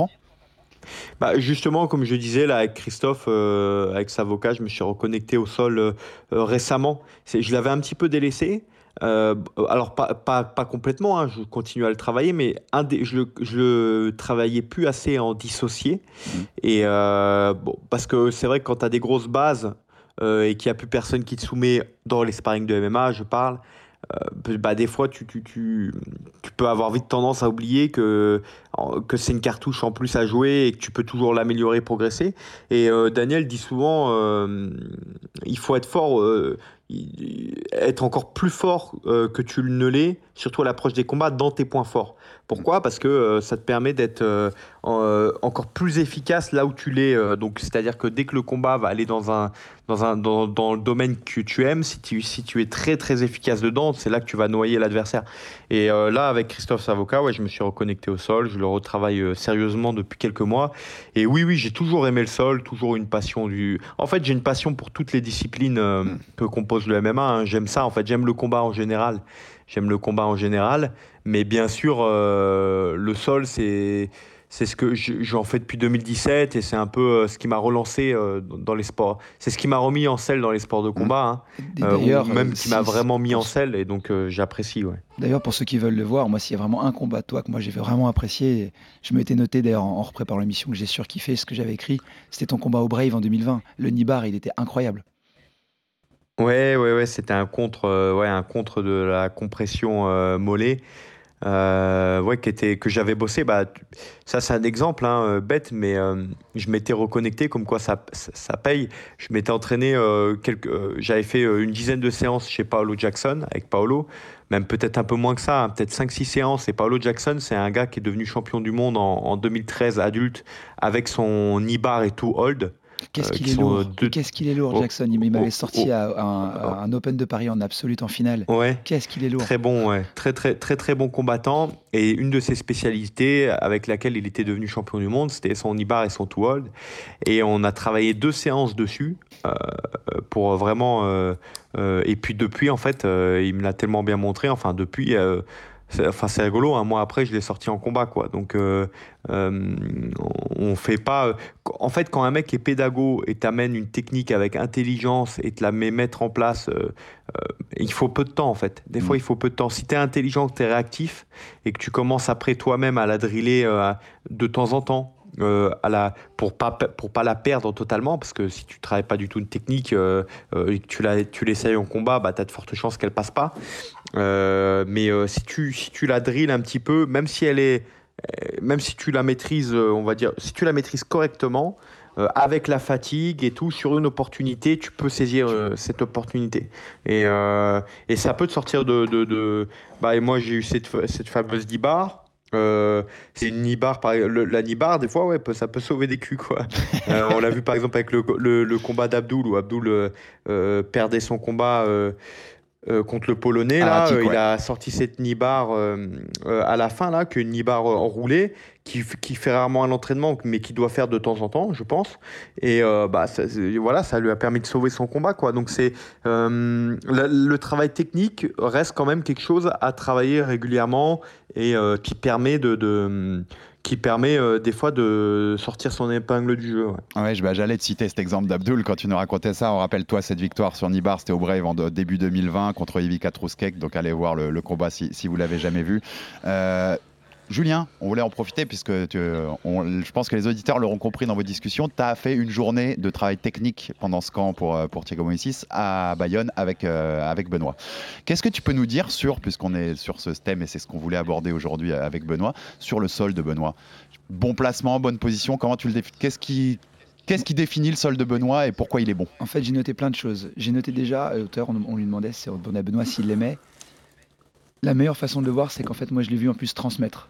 Bah justement, comme je disais là avec Christophe, euh, avec Savoca, je me suis reconnecté au sol euh, euh, récemment. C'est, je l'avais un petit peu délaissé. Euh, alors pas, pas, pas complètement, hein, je continue à le travailler, mais un des, je, je le travaillais plus assez en dissocié. Mmh. Et euh, bon, parce que c'est vrai que quand tu as des grosses bases euh, et qu'il n'y a plus personne qui te soumet dans les sparring de M M A, je parle, euh, bah, des fois tu, tu, tu, tu peux avoir vite tendance à oublier que, que c'est une cartouche en plus à jouer et que tu peux toujours l'améliorer, progresser. Et euh, Daniel dit souvent euh, il faut être fort, euh, être encore plus fort euh, que tu ne l'es, surtout à l'approche des combats, dans tes points forts. Pourquoi ? Parce que euh, ça te permet d'être euh, euh, encore plus efficace là où tu l'es. Euh, donc, c'est-à-dire que dès que le combat va aller dans, un, dans, un, dans, dans le domaine que tu aimes, si tu, si tu es très très efficace dedans, c'est là que tu vas noyer l'adversaire. Et euh, là, avec Christophe Savoca, ouais, je me suis reconnecté au sol, je le retravaille euh, sérieusement depuis quelques mois. Et oui, oui, j'ai toujours aimé le sol, toujours une passion du... En fait, j'ai une passion pour toutes les disciplines euh, mmh. que compose le M M A. Hein. J'aime ça, en fait, j'aime le combat en général. J'aime le combat en général, mais bien sûr, euh, le sol, c'est, c'est ce que j'en fais depuis deux mille dix-sept et c'est un peu euh, ce qui m'a relancé euh, dans les sports. C'est ce qui m'a remis en selle dans les sports de combat, hein, euh, ou même qui m'a vraiment mis en selle, et donc euh, j'apprécie. Ouais. D'ailleurs, pour ceux qui veulent le voir, moi, s'il y a vraiment un combat de toi que moi j'ai vraiment apprécié, je m'étais noté d'ailleurs en, en préparant l'émission que j'ai surkiffé ce que j'avais écrit, c'était ton combat au Brave en deux mille vingt. Le Nibar, il était incroyable. Ouais, ouais, ouais, c'était un contre, euh, ouais, un contre de la compression euh, mollet, euh, ouais, qui était, que j'avais bossé. Bah, ça, c'est un exemple, hein, bête, mais euh, je m'étais reconnecté, comme quoi ça, ça, ça paye. Je m'étais entraîné, euh, quelques, euh, j'avais fait euh, une dizaine de séances chez Paolo Jackson, avec Paolo, même peut-être un peu moins que ça, hein, peut-être cinq six séances. Et Paolo Jackson, c'est un gars qui est devenu champion du monde en, en deux mille treize, adulte, avec son Nibar et tout hold. Qu'est-ce qu'il, euh, est lourd. Deux... Qu'est-ce qu'il est lourd, oh, Jackson. Il m'avait sorti oh, à, un, à un Open de Paris en absolute en finale. Ouais. Qu'est-ce qu'il est lourd. Très bon, ouais. Très, très, très, très bon combattant. Et une de ses spécialités avec laquelle il était devenu champion du monde, c'était son Nibar et son two hold. Et on a travaillé deux séances dessus euh, pour vraiment... Euh, euh, et puis depuis, en fait, euh, il me l'a tellement bien montré. Enfin, depuis... Euh, C'est, enfin, c'est rigolo, un mois après, je l'ai sorti en combat, quoi. Donc, euh, euh, on fait pas... En fait, quand un mec est pédago et t'amène une technique avec intelligence et te la met mettre en place, euh, euh, il faut peu de temps, en fait. Des mmh. fois, il faut peu de temps. Si t'es intelligent, que t'es réactif et que tu commences après toi-même à la driller euh, de temps en temps, Euh, à la, pour pas pour pas la perdre totalement, parce que si tu travailles pas du tout une technique euh, euh, et que tu la tu l'essayes en combat, bah t'as de fortes chances qu'elle passe pas. Euh, mais euh, si tu si tu la drilles un petit peu, même si elle est euh, même si tu la maîtrises, euh, on va dire, si tu la maîtrises correctement, euh, avec la fatigue et tout, sur une opportunité, tu peux saisir euh, cette opportunité. Et euh, et ça peut te sortir de de, de... bah et moi j'ai eu cette cette fameuse Nibar. Euh, c'est une Nibar, par, le, la Nibar des fois ouais, peut, ça peut sauver des culs, quoi. euh, on l'a vu par exemple avec le, le, le combat d'Abdoul où Abdoul euh, euh, perdait son combat euh, euh, contre le Polonais. Ah, Là, Ratic, euh, ouais. il a sorti cette knee bar euh, euh, à la fin, là, qu'une knee bar euh, enroulée, qui, f- qui fait rarement à l'entraînement, mais qui doit faire de temps en temps, je pense. Et euh, bah, ça, c'est- voilà, ça lui a permis de sauver son combat, quoi. Donc c'est euh, le, le travail technique reste quand même quelque chose à travailler régulièrement et euh, qui permet de, de qui permet euh, des fois de sortir son épingle du jeu. Ouais. Ouais, je- bah, j'allais te citer cet exemple d'Abdul quand tu nous racontais ça. On rappelle-toi cette victoire sur Nibar, c'était au Brave en de- début deux mille vingt contre Ivica Truskek. Donc allez voir le, le combat si, si vous l'avez jamais vu. Euh, Julien, on voulait en profiter puisque tu- on- je pense que les auditeurs l'auront compris dans vos discussions. Tu as fait une journée de travail technique pendant ce camp pour, pour Thiago Moïsis à Bayonne avec, euh, avec Benoît. Qu'est-ce que tu peux nous dire sur, puisqu'on est sur ce thème et c'est ce qu'on voulait aborder aujourd'hui avec Benoît, sur le sol de Benoît? Bon placement, bonne position, comment tu le définis? Qu'est-ce qui, qu'est-ce qui définit le sol de Benoît et pourquoi il est bon? En fait, j'ai noté plein de choses. J'ai noté déjà, à l'auteur, on, on lui demandait si on demandait à Benoît s'il l'aimait. La meilleure façon de le voir, c'est qu'en fait, moi, je l'ai vu en plus transmettre.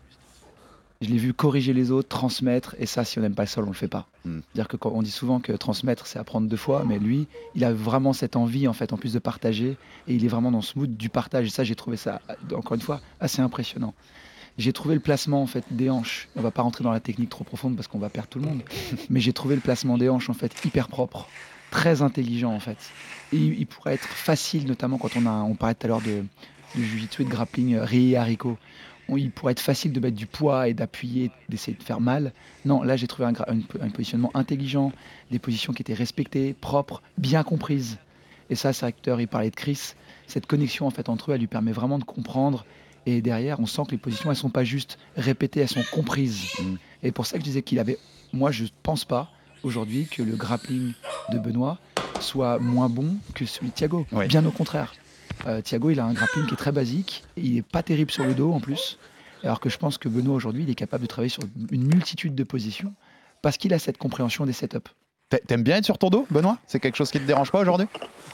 Je l'ai vu corriger les autres, transmettre, et ça, si on n'aime pas le sol, on le fait pas. Mm. C'est-à-dire que quand on dit souvent que transmettre, c'est apprendre deux fois, mais lui, il a vraiment cette envie, en fait, en plus de partager, et il est vraiment dans ce mood du partage. Et ça, j'ai trouvé ça, encore une fois, assez impressionnant. J'ai trouvé le placement en fait des hanches. On va pas rentrer dans la technique trop profonde parce qu'on va perdre tout le monde. Mais j'ai trouvé le placement des hanches en fait hyper propre, très intelligent en fait. Et il, il pourrait être facile, notamment quand on a, on parlait tout à l'heure de, de jiu-jitsu et de grappling euh, riz et haricot. On- il pourrait être facile de mettre du poids et d'appuyer, d'essayer de faire mal. Non, là j'ai trouvé un, gra- un- un positionnement intelligent, des positions qui étaient respectées, propres, bien comprises. Et ça, c'est acteur, il parlait de Chris. Cette connexion en fait entre eux, elle lui permet vraiment de comprendre. Et derrière, on sent que les positions, elles sont pas juste répétées, elles sont comprises. Mm. Et pour ça que je disais qu'il avait. Moi, je pense pas aujourd'hui que le grappling de Benoît soit moins bon que celui de Thiago. Oui. Bien au contraire. Euh, Thiago, il a un grappling qui est très basique. Et il est pas terrible sur le dos en plus. Alors que je pense que Benoît aujourd'hui, il est capable de travailler sur une multitude de positions parce qu'il a cette compréhension des setups. T'a- T'aimes bien être sur ton dos, Benoît? C'est quelque chose qui te dérange pas aujourd'hui?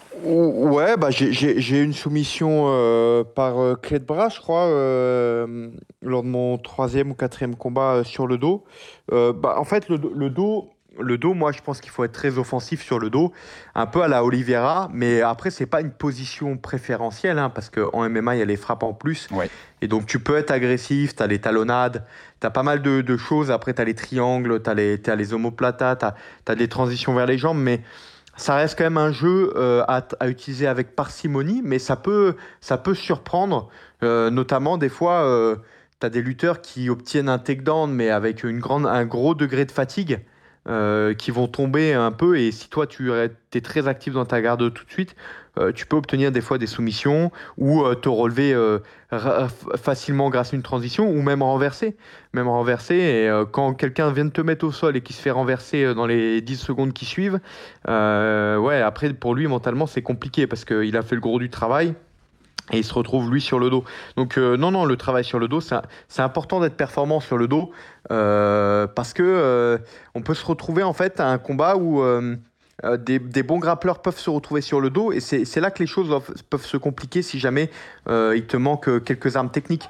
Ouais, bah j'ai- j'ai j'ai une soumission euh, par euh, clé de bras, je crois, euh, lors de mon troisième ou quatrième combat euh, sur le dos. Euh, bah, en fait, le, do- le dos, le dos, moi, je pense qu'il faut être très offensif sur le dos, un peu à la Oliveira, mais après, c'est pas une position préférentielle, hein, parce qu'en M M A, il y a les frappes en plus. Ouais. Et donc, tu peux être agressif, tu as les talonnades, tu as pas mal de, de choses. Après, tu as les triangles, tu as les, t'as les omoplatas, tu as des transitions vers les jambes, mais ça reste quand même un jeu euh, à, à utiliser avec parcimonie, mais ça peut, ça peut surprendre. Euh, notamment, des fois, tu as des lutteurs qui obtiennent un takedown, mais avec une grande, un gros degré de fatigue, euh, qui vont tomber un peu. Et si toi, tu es très actif dans ta garde tout de suite, euh, tu peux obtenir des fois des soumissions ou euh, te relever euh, ra- facilement grâce à une transition ou même renverser. Même renverser. Et euh, quand quelqu'un vient de te mettre au sol et qui se fait renverser euh, dans les dix secondes qui suivent, euh, ouais, après, pour lui, mentalement, c'est compliqué parce qu'il a fait le gros du travail. Et il se retrouve lui sur le dos. Donc euh, non, non, le travail sur le dos, c'est, c'est important d'être performant sur le dos euh, parce que euh, on peut se retrouver en fait à un combat où euh, euh, des, des bons grappleurs peuvent se retrouver sur le dos et c'est, c'est là que les choses doivent- peuvent se compliquer si jamais euh, il te manque quelques armes techniques.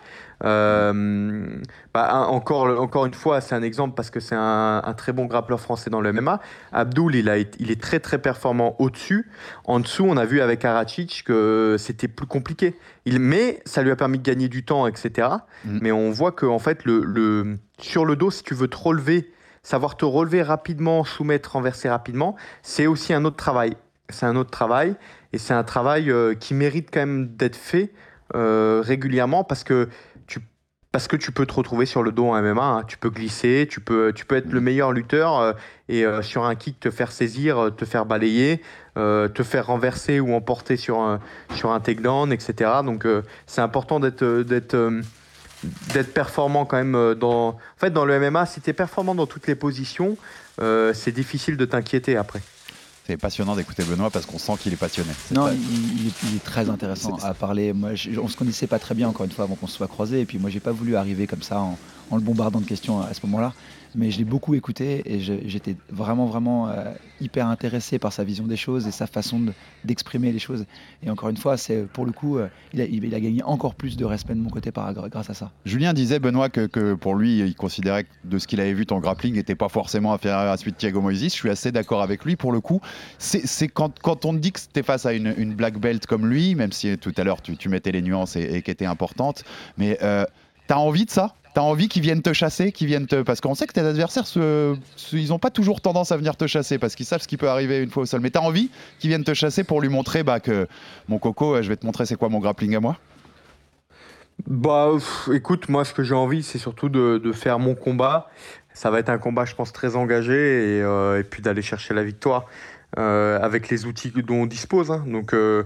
Euh, bah, un- encore, encore une fois, c'est un exemple parce que c'est un, un très bon grappleur français dans le M M A. Abdul, il, a, été- il est très très performant au-dessus. En dessous, on a vu avec Aracic que c'était plus compliqué. Il, mais ça lui a permis de gagner du temps, et cetera. Mm. Mais on voit que en fait, le, le, sur le dos, si tu veux te relever, savoir te relever rapidement, soumettre, renverser rapidement, c'est aussi un autre travail. C'est un autre travail et c'est un travail euh, qui mérite quand même d'être fait euh, régulièrement parce que tu parce que tu peux te retrouver sur le dos en M M A, hein. Tu peux glisser, tu peux, tu peux être le meilleur lutteur euh, et euh, sur un kick te faire saisir, euh, te faire balayer, euh, te faire renverser ou emporter sur un, sur un takedown, et cetera. Donc euh, c'est important d'être, euh, d'être, euh, d'être performant quand même. euh, Dans... En fait, dans le M M A, si tu es performant dans toutes les positions, euh, c'est difficile de t'inquiéter après. C'est passionnant d'écouter Benoît parce qu'on sent qu'il est passionné. C'est Non, pas- il, il est, il est très intéressant C'est- à parler. Moi, je- on se connaissait pas très bien encore une fois avant qu'on se soit croisés. Et puis moi, j'ai pas voulu arriver comme ça en, en le bombardant de questions à ce moment-là. mais je l'ai beaucoup écouté et je- j'étais vraiment, vraiment euh, hyper intéressé par sa vision des choses et sa façon de- d'exprimer les choses. Et encore une fois, c'est pour le coup, euh, il, a, il a gagné encore plus de respect de mon côté par, grâce à ça. Julien disait, Benoît, que, que pour lui, il considérait que de ce qu'il avait vu, ton grappling n'était pas forcément inférieur à celui de Thiago Moises. Je suis assez d'accord avec lui pour le coup. C'est c'est quand, quand on te dit que tu es face à une, une black belt comme lui, même si tout à l'heure tu, tu mettais les nuances et, et qui étaient importantes, mais euh, t'as envie de ça? T'as envie qu'ils viennent te chasser, qu'ils viennent te... Parce qu'on sait que tes adversaires, se... se- ils n'ont pas toujours tendance à venir te chasser parce qu'ils savent ce qui peut arriver une fois au sol. Mais t'as envie qu'ils viennent te chasser pour lui montrer bah, que mon coco, je vais te montrer c'est quoi mon grappling à moi? Bah, pff, écoute, moi, ce que j'ai envie, c'est surtout de, de faire mon combat. Ça va être un combat, je pense, très engagé et, euh, et puis d'aller chercher la victoire euh, avec les outils dont on dispose. Hein. Donc, euh,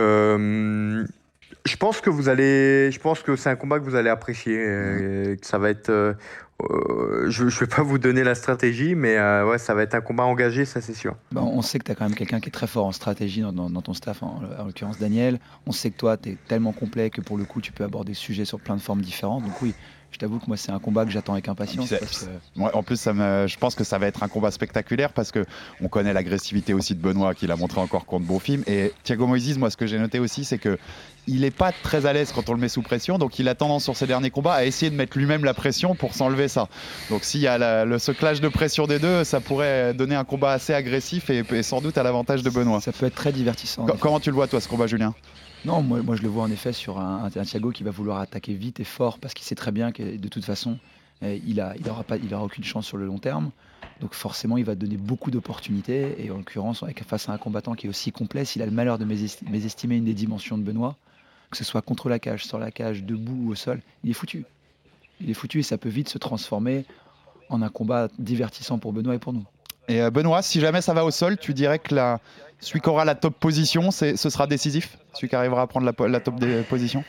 euh, je pense que vous allez, je pense que c'est un combat que vous allez apprécier. euh, que ça va être, euh, euh, je, je vais pas vous donner la stratégie, mais euh, ouais, ça va être un combat engagé, ça c'est sûr. Bah, on sait que tu as quand même quelqu'un qui est très fort en stratégie dans, dans- dans ton staff, en, en l'occurrence Daniel. On sait que toi, tu es tellement complet que pour le coup, tu peux aborder ce sujet sur plein de formes différentes. Donc oui, je t'avoue que moi, c'est un combat que j'attends avec impatience. C'est- Parce que, Ouais, en plus, ça me... je pense que ça va être un combat spectaculaire parce que on connaît l'agressivité aussi de Benoît qu'il a montré encore contre Bonfim. Et Thiago Moises, moi, ce que j'ai noté aussi, c'est que il n'est pas très à l'aise quand on le met sous pression. Donc, il a tendance sur ses derniers combats à essayer de mettre lui-même la pression pour s'enlever ça. Donc, s'il y a la- le, ce clash de pression des deux, ça pourrait donner un combat assez agressif et, et sans doute à l'avantage de Benoît. ça peut être très divertissant. Co- comment tu le vois, toi, ce combat, Julien? Non, moi, moi je le vois en effet sur un, un Thiago qui va vouloir attaquer vite et fort parce qu'il sait très bien que de toute façon, euh, il a, il aura pas, il aura aucune chance sur le long terme. Donc forcément, il va donner beaucoup d'opportunités. Et en l'occurrence, avec- face à un combattant qui est aussi complet, s'il a le malheur de mésesti- mésestimer une des dimensions de Benoît, que ce soit contre la cage, sur la cage, debout ou au sol, il est foutu. Il est foutu et ça peut vite se transformer en un combat divertissant pour Benoît et pour nous. Et euh, Benoît, si jamais ça va au sol, tu dirais que la... celui qui aura la top position, c'est- ce sera décisif? Celui qui arrivera à prendre la, po- la top des positions?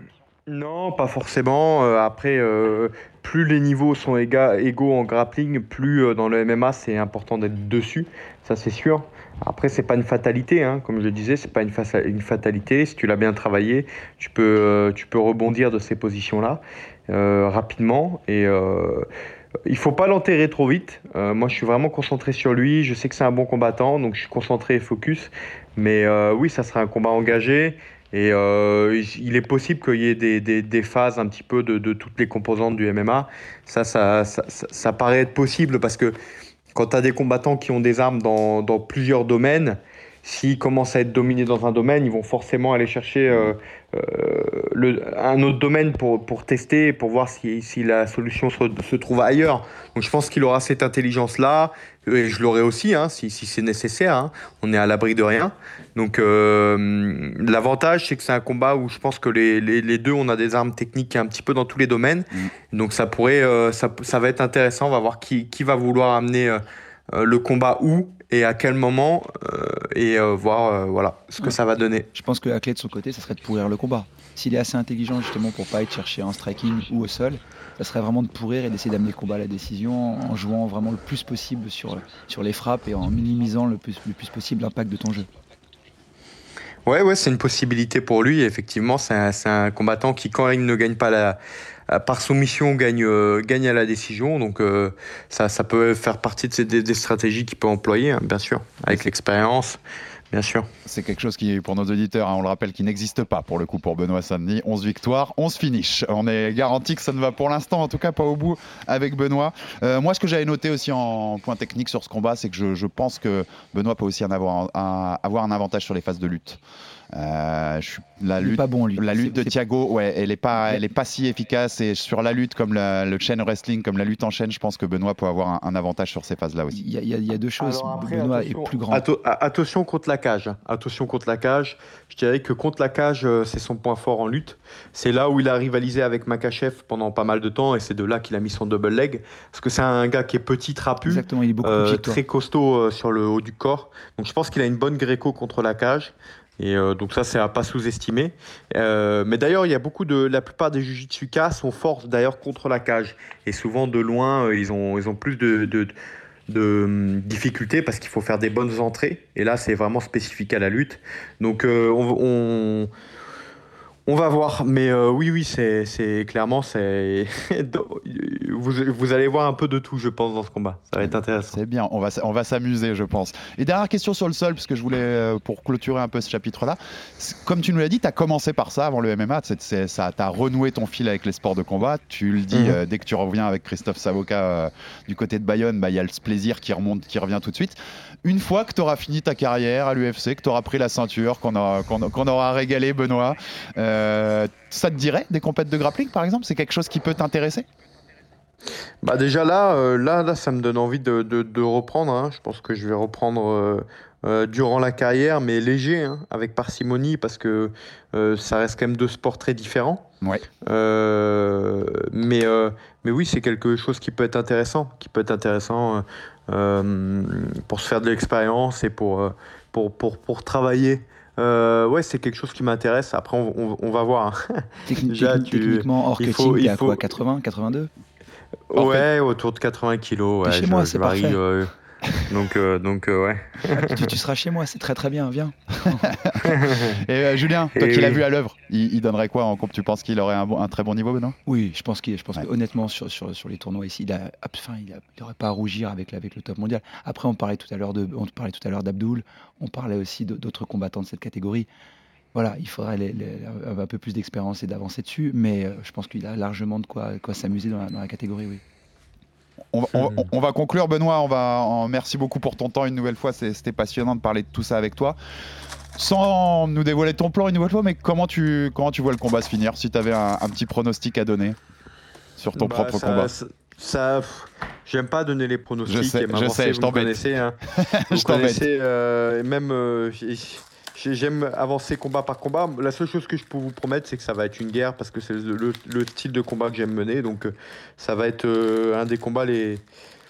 Non, pas forcément. Euh, après, euh, plus les niveaux sont éga- égaux en grappling, plus euh, dans le M M A, c'est important d'être dessus. Ça, c'est sûr. Après, c'est pas une fatalité, hein. Comme je le disais, c'est pas une, fa- une fatalité. Si tu l'as bien travaillé, tu peux, euh, tu peux rebondir de ces positions-là euh, rapidement. Et euh, il faut pas l'enterrer trop vite. Euh, moi, je suis vraiment concentré sur lui. Je sais que c'est un bon combattant, donc je suis concentré et focus. Mais euh, oui, ça sera un combat engagé. Et euh, il est possible qu'il y ait des, des, des phases un petit peu de, de toutes les composantes du M M A. Ça, ça, ça, ça, ça paraît être possible parce que quand tu as des combattants qui ont des armes dans, dans plusieurs domaines, s'ils commencent à être dominés dans un domaine, ils vont forcément aller chercher euh, euh, le, un autre domaine pour, pour tester, pour voir si, si la solution se, se trouve ailleurs. Donc je pense qu'il aura cette intelligence-là, et je l'aurai aussi, hein, si, si c'est nécessaire. Hein. On est à l'abri de rien. Donc euh, l'avantage, c'est que c'est un combat où je pense que les, les, les deux, on a des armes techniques un petit peu dans tous les domaines. Mmh. Donc ça pourrait, euh, ça, ça va être intéressant. On va voir qui, qui va vouloir amener euh, le combat où et à quel moment euh, et euh, voir euh, voilà, ce que ouais. ça va donner. Je pense que la clé de son côté, ça serait de pourrir le combat. S'il est assez intelligent justement pour pas être cherché en striking ou au sol, ça serait vraiment de pourrir et d'essayer d'amener le combat à la décision en jouant vraiment le plus possible sur, sur les frappes et en minimisant le plus, le plus possible l'impact de ton jeu. Ouais, ouais, c'est une possibilité pour lui. Effectivement, c'est un, c'est un combattant qui, quand il ne gagne pas la, par soumission, gagne, euh, gagne à la décision. Donc, euh, ça, ça peut faire partie de ces, des, des stratégies qu'il peut employer, hein, bien sûr, avec l'expérience. Bien sûr. C'est quelque chose qui, pour nos auditeurs, hein, on le rappelle, qui n'existe pas pour le coup pour Benoît Saint-Denis. onze victoires, onze finishes. On est garanti que ça ne va pour l'instant, en tout cas pas au bout avec Benoît. Euh, moi, ce que j'avais noté aussi en point technique sur ce combat, c'est que je, je pense que Benoît peut aussi en avoir, un, avoir un avantage sur les phases de lutte. Euh, je suis, la lutte, pas bon, lui. la lutte c'est, de Thiago, ouais, elle est pas, elle est pas si efficace. Et sur la lutte comme la, le chain wrestling, comme la lutte en chaîne, je pense que Benoît peut avoir un, un avantage sur ces phases-là aussi. Il y, y, y a deux choses. Alors après, Benoît attention, est plus grand. Atto- attention contre la cage. Attention contre la cage. Je dirais que contre la cage, c'est son point fort en lutte. C'est là où il a rivalisé avec Makhachev pendant pas mal de temps, et c'est de là qu'il a mis son double leg. Parce que c'est un gars qui est petit, trapu, Exactement, il est beaucoup euh, plus petit, très costaud euh, sur le haut du corps. Donc je pense qu'il a une bonne gréco contre la cage. Et euh, donc ça, c'est à pas sous-estimer. Euh, mais d'ailleurs, il y a beaucoup de, la plupart des jujitsuka sont forts d'ailleurs contre la cage. Et souvent de loin, euh, ils ont, ils ont plus de, de, de, de difficultés parce qu'il faut faire des bonnes entrées. Et là, c'est vraiment spécifique à la lutte. Donc euh, on, on On va voir, mais euh, oui, oui, c'est, c'est clairement, c'est vous, vous allez voir un peu de tout, je pense, dans ce combat. Ça va être intéressant. C'est bien, on va, on va s'amuser, je pense. Et dernière question sur le sol, parce que je voulais, euh, pour clôturer un peu ce chapitre-là, comme tu nous l'as dit, tu as commencé par ça avant le M M A, c'est, c'est, ça t'a renoué ton fil avec les sports de combat. Tu le dis, mmh. euh, dès que tu reviens avec Christophe Savoca euh, du côté de Bayonne, bah, y a le plaisir qui remonte, qui revient tout de suite. Une fois que tu auras fini ta carrière à l'U F C, que tu auras pris la ceinture, qu'on aura, qu'on, qu'on aura régalé Benoît, euh, ça te dirait des compètes de grappling par exemple? C'est quelque chose qui peut t'intéresser? Bah déjà là, euh, là, là, ça me donne envie de, de, de reprendre. Hein. Je pense que je vais reprendre euh, euh, durant la carrière, mais léger, hein, avec parcimonie, parce que euh, ça reste quand même deux sports très différents. Ouais. Euh, mais, euh, mais oui, c'est quelque chose qui peut être intéressant, qui peut être intéressant euh, pour se faire de l'expérience et pour, pour, pour, pour travailler. Euh, ouais, c'est quelque chose qui m'intéresse. Après, on, on, on va voir. Techni- Déjà, tu, techniquement, hors cutting, t'es à faut... quoi, quatre-vingts, quatre-vingt-deux? Ouais, fait... autour de quatre-vingts kilos. Ouais, chez je, moi, je c'est varie, parfait. Euh, donc, euh, donc euh, ouais. tu, tu seras chez moi, c'est très très bien, viens. Et euh, Julien, toi Et qui l'as oui. vu à l'œuvre, il, il donnerait quoi en comp? Tu penses qu'il aurait un, bon, un très bon niveau, Benoît? Oui, je pense, qu'il, je pense ouais. que honnêtement, sur, sur, sur les tournois ici, il a, enfin, il n'aurait pas à rougir avec, avec le top mondial. Après, on parlait tout à l'heure, de, on parlait tout à l'heure d'Abdoul, on parlait aussi de, d'autres combattants de cette catégorie. Voilà, il faudrait les, les, un peu plus d'expérience et d'avancer dessus, mais euh, je pense qu'il a largement de quoi, quoi s'amuser dans la, dans la catégorie, oui. On, on, on va conclure, Benoît. On va, on, merci beaucoup pour ton temps une nouvelle fois. C'est, c'était passionnant de parler de tout ça avec toi. Sans nous dévoiler ton plan une nouvelle fois, mais comment tu, comment tu vois le combat se finir? Si tu avais un, un petit pronostic à donner sur ton bah, propre ça, combat. Ça, ça, j'aime pas donner les pronostics. Je sais, je sais, je t'embête. Vous connaissez, hein. je vous t'embête. connaissez euh, même. Euh, J'aime avancer combat par combat. La seule chose que je peux vous promettre, c'est que ça va être une guerre parce que c'est le, le, le style de combat que j'aime mener. Donc, ça va être euh, un des combats les.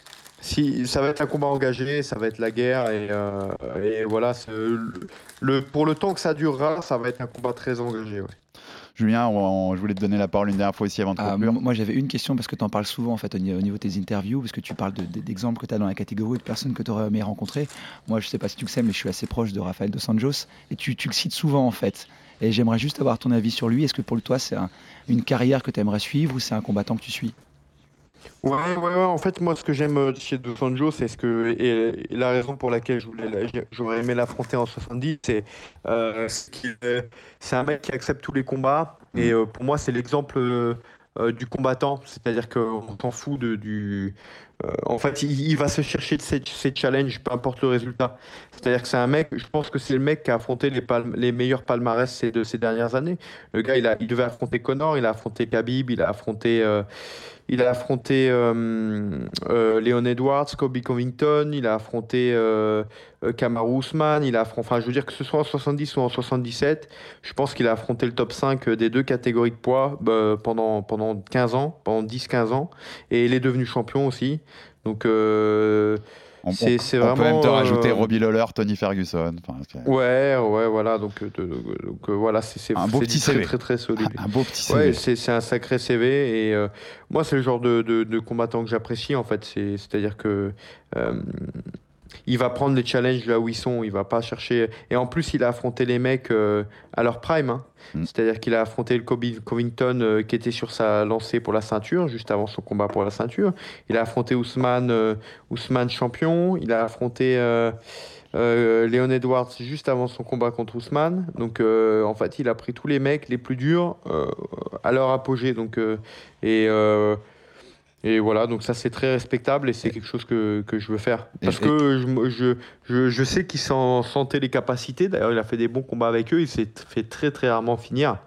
Si, ça va être un combat engagé, ça va être la guerre et, euh, et voilà. Le, le, pour le temps que ça durera, ça va être un combat très engagé. Ouais. Julien, on, on, je voulais te donner la parole une dernière fois aussi avant de conclure. Euh, moi, j'avais une question parce que tu en parles souvent en fait au niveau, au niveau de tes interviews, parce que tu parles de, de, d'exemples que tu as dans la catégorie et de personnes que tu aurais aimé rencontrer. Moi, je sais pas si tu le sais, mais je suis assez proche de Rafael dos Anjos et tu, tu le cites souvent en fait. Et j'aimerais juste avoir ton avis sur lui. Est-ce que pour toi, c'est un, une carrière que tu aimerais suivre ou c'est un combattant que tu suis? Ouais, ouais, ouais, en fait, moi, ce que j'aime chez Dos Anjos, c'est ce que, et, et la raison pour laquelle je voulais, j'aurais aimé l'affronter en soixante-dix, c'est, euh, c'est, qu'il, c'est un mec qui accepte tous les combats, et euh, pour moi, c'est l'exemple euh, du combattant, c'est-à-dire qu'on s'en fout de, du. Euh, en fait, il, il va se chercher de ses, ses challenges, peu importe le résultat. C'est-à-dire que c'est un mec, je pense que c'est le mec qui a affronté les, palm, les meilleurs palmarès de ces dernières années. Le gars, il, a, il devait affronter Conor, il a affronté Khabib, il a affronté. Euh, Il a affronté euh, euh, Leon Edwards, Colby Covington, il a affronté euh, euh, Kamaru Usman, il a affronté, enfin je veux dire que ce soit en soixante-dix ou en soixante-dix-sept, je pense qu'il a affronté le top cinq des deux catégories de poids bah, pendant, pendant quinze ans, pendant dix quinze ans, et il est devenu champion aussi. Donc euh, on, c'est, on, c'est on vraiment... peut même te rajouter euh, Robbie Lawler, Tony Ferguson. Enfin, c'est... Ouais, ouais, voilà, donc, de, de, donc euh, voilà, c'est, c'est, un beau c'est petit très, C V. très, très, très solide. Un beau petit C V. Ouais, c'est, c'est un sacré C V, et euh, moi, c'est le genre de, de, de combattant que j'apprécie, en fait, c'est, c'est-à-dire que euh, il va prendre les challenges là où ils sont, il va pas chercher, et en plus, il a affronté les mecs euh, à leur prime, hein. Mm. C'est-à-dire qu'il a affronté le Colby Covington euh, qui était sur sa lancée pour la ceinture, juste avant son combat pour la ceinture. Il a affronté Usman, euh, Usman champion. Il a affronté euh, euh, Leon Edwards juste avant son combat contre Usman. Donc, euh, en fait, il a pris tous les mecs les plus durs euh, à leur apogée. Donc, euh, et, euh, et voilà, donc ça, c'est très respectable et c'est quelque chose que, que je veux faire. Parce et, que je, je, je, je sais qu'il s'en sentait les capacités. D'ailleurs, il a fait des bons combats avec eux. Il s'est fait très, très rarement finir.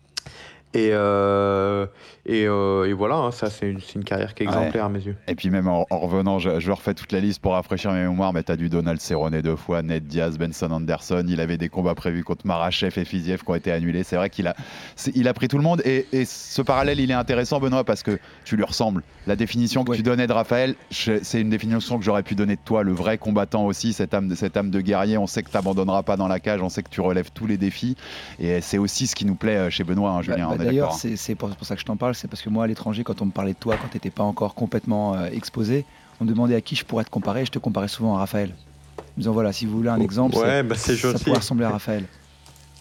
Et, euh, et, euh, et voilà, hein, ça c'est une, c'est une carrière qui est exemplaire ouais. à mes yeux. Et puis même en, en revenant, je, je refais toute la liste pour rafraîchir mes mémoires, mais t'as du Donald Cerrone deux fois, Ned Diaz, Benson Anderson, il avait des combats prévus contre Makhachev et Fiziev qui ont été annulés. C'est vrai qu'il a, il a pris tout le monde et, et ce parallèle il est intéressant, Benoît, parce que tu lui ressembles. La définition que ouais. tu donnais de Raphaël, je, c'est une définition que j'aurais pu donner de toi, le vrai combattant aussi, cette âme, cette âme de guerrier. On sait que t'abandonneras pas dans la cage, on sait que tu relèves tous les défis et c'est aussi ce qui nous plaît chez Benoît, hein, Julien. Bah, bah, d'ailleurs, c'est, c'est pour, pour ça que je t'en parle, c'est parce que moi à l'étranger, quand on me parlait de toi, quand tu n'étais pas encore complètement euh, exposé, on me demandait à qui je pourrais te comparer, et je te comparais souvent à Raphaël. En me disant voilà, si vous voulez un exemple, ouais, c'est, bah, c'est ça pourrait ressembler à Raphaël.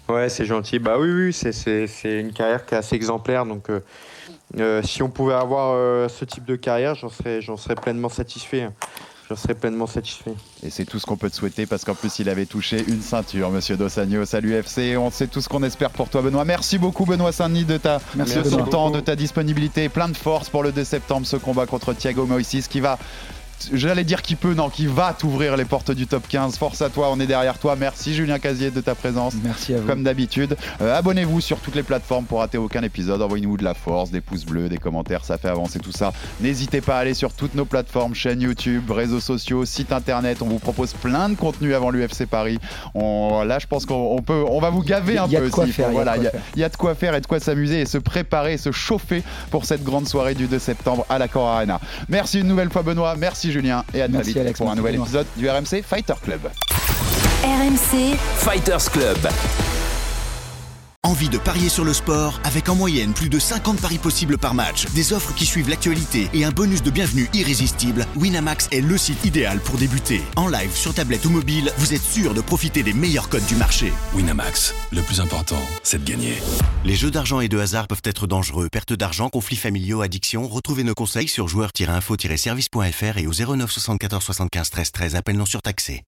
Ouais, c'est gentil. Bah oui, oui, c'est, c'est, c'est une carrière qui est assez exemplaire. Donc, euh, euh, si on pouvait avoir euh, ce type de carrière, j'en serais, j'en serais pleinement satisfait. J'en serais pleinement satisfait. Et c'est tout ce qu'on peut te souhaiter parce qu'en plus, il avait touché une ceinture, monsieur Dos Anjos à l'U F C. On sait tout ce qu'on espère pour toi, Benoît. Merci beaucoup, Benoît Saint-Denis, de, ta, Merci, de ton Benoît. temps, de ta disponibilité. Plein de force pour le deux septembre, ce combat contre Thiago Moïse qui va. J'allais dire qui peut, non, qui va t'ouvrir les portes du top quinze. Force à toi, on est derrière toi. Merci Julien Casier de ta présence. Merci à vous. Comme d'habitude. Euh, abonnez-vous sur toutes les plateformes pour rater aucun épisode. Envoyez-nous de la force, des pouces bleus, des commentaires, ça fait avancer tout ça. N'hésitez pas à aller sur toutes nos plateformes, chaîne YouTube, réseaux sociaux, site internet. On vous propose plein de contenu avant l'U F C Paris. On, là, je pense qu'on on peut, on va vous gaver un Il y a peu. de quoi s'il faut. faire, il y a de Voilà, il y, quoi a- faire. il y a de quoi faire et de quoi s'amuser et se préparer, se chauffer pour cette grande soirée du deux septembre à l'Accor Arena. Merci une nouvelle fois Benoît, merci Julien et à très Merci, vite Alex, pour un merci, nouvel Benoît. épisode du R M C Fighter Club. R M C, Fighters Club. Envie de parier sur le sport avec en moyenne plus de cinquante paris possibles par match, des offres qui suivent l'actualité et un bonus de bienvenue irrésistible, Winamax est le site idéal pour débuter. En live, sur tablette ou mobile, vous êtes sûr de profiter des meilleurs codes du marché. Winamax, le plus important, c'est de gagner. Les jeux d'argent et de hasard peuvent être dangereux. Perte d'argent, conflits familiaux, addiction. Retrouvez nos conseils sur joueurs tiret info tiret service point f r et au zéro neuf soixante-quatorze soixante-quinze treize treize. Appel non surtaxé.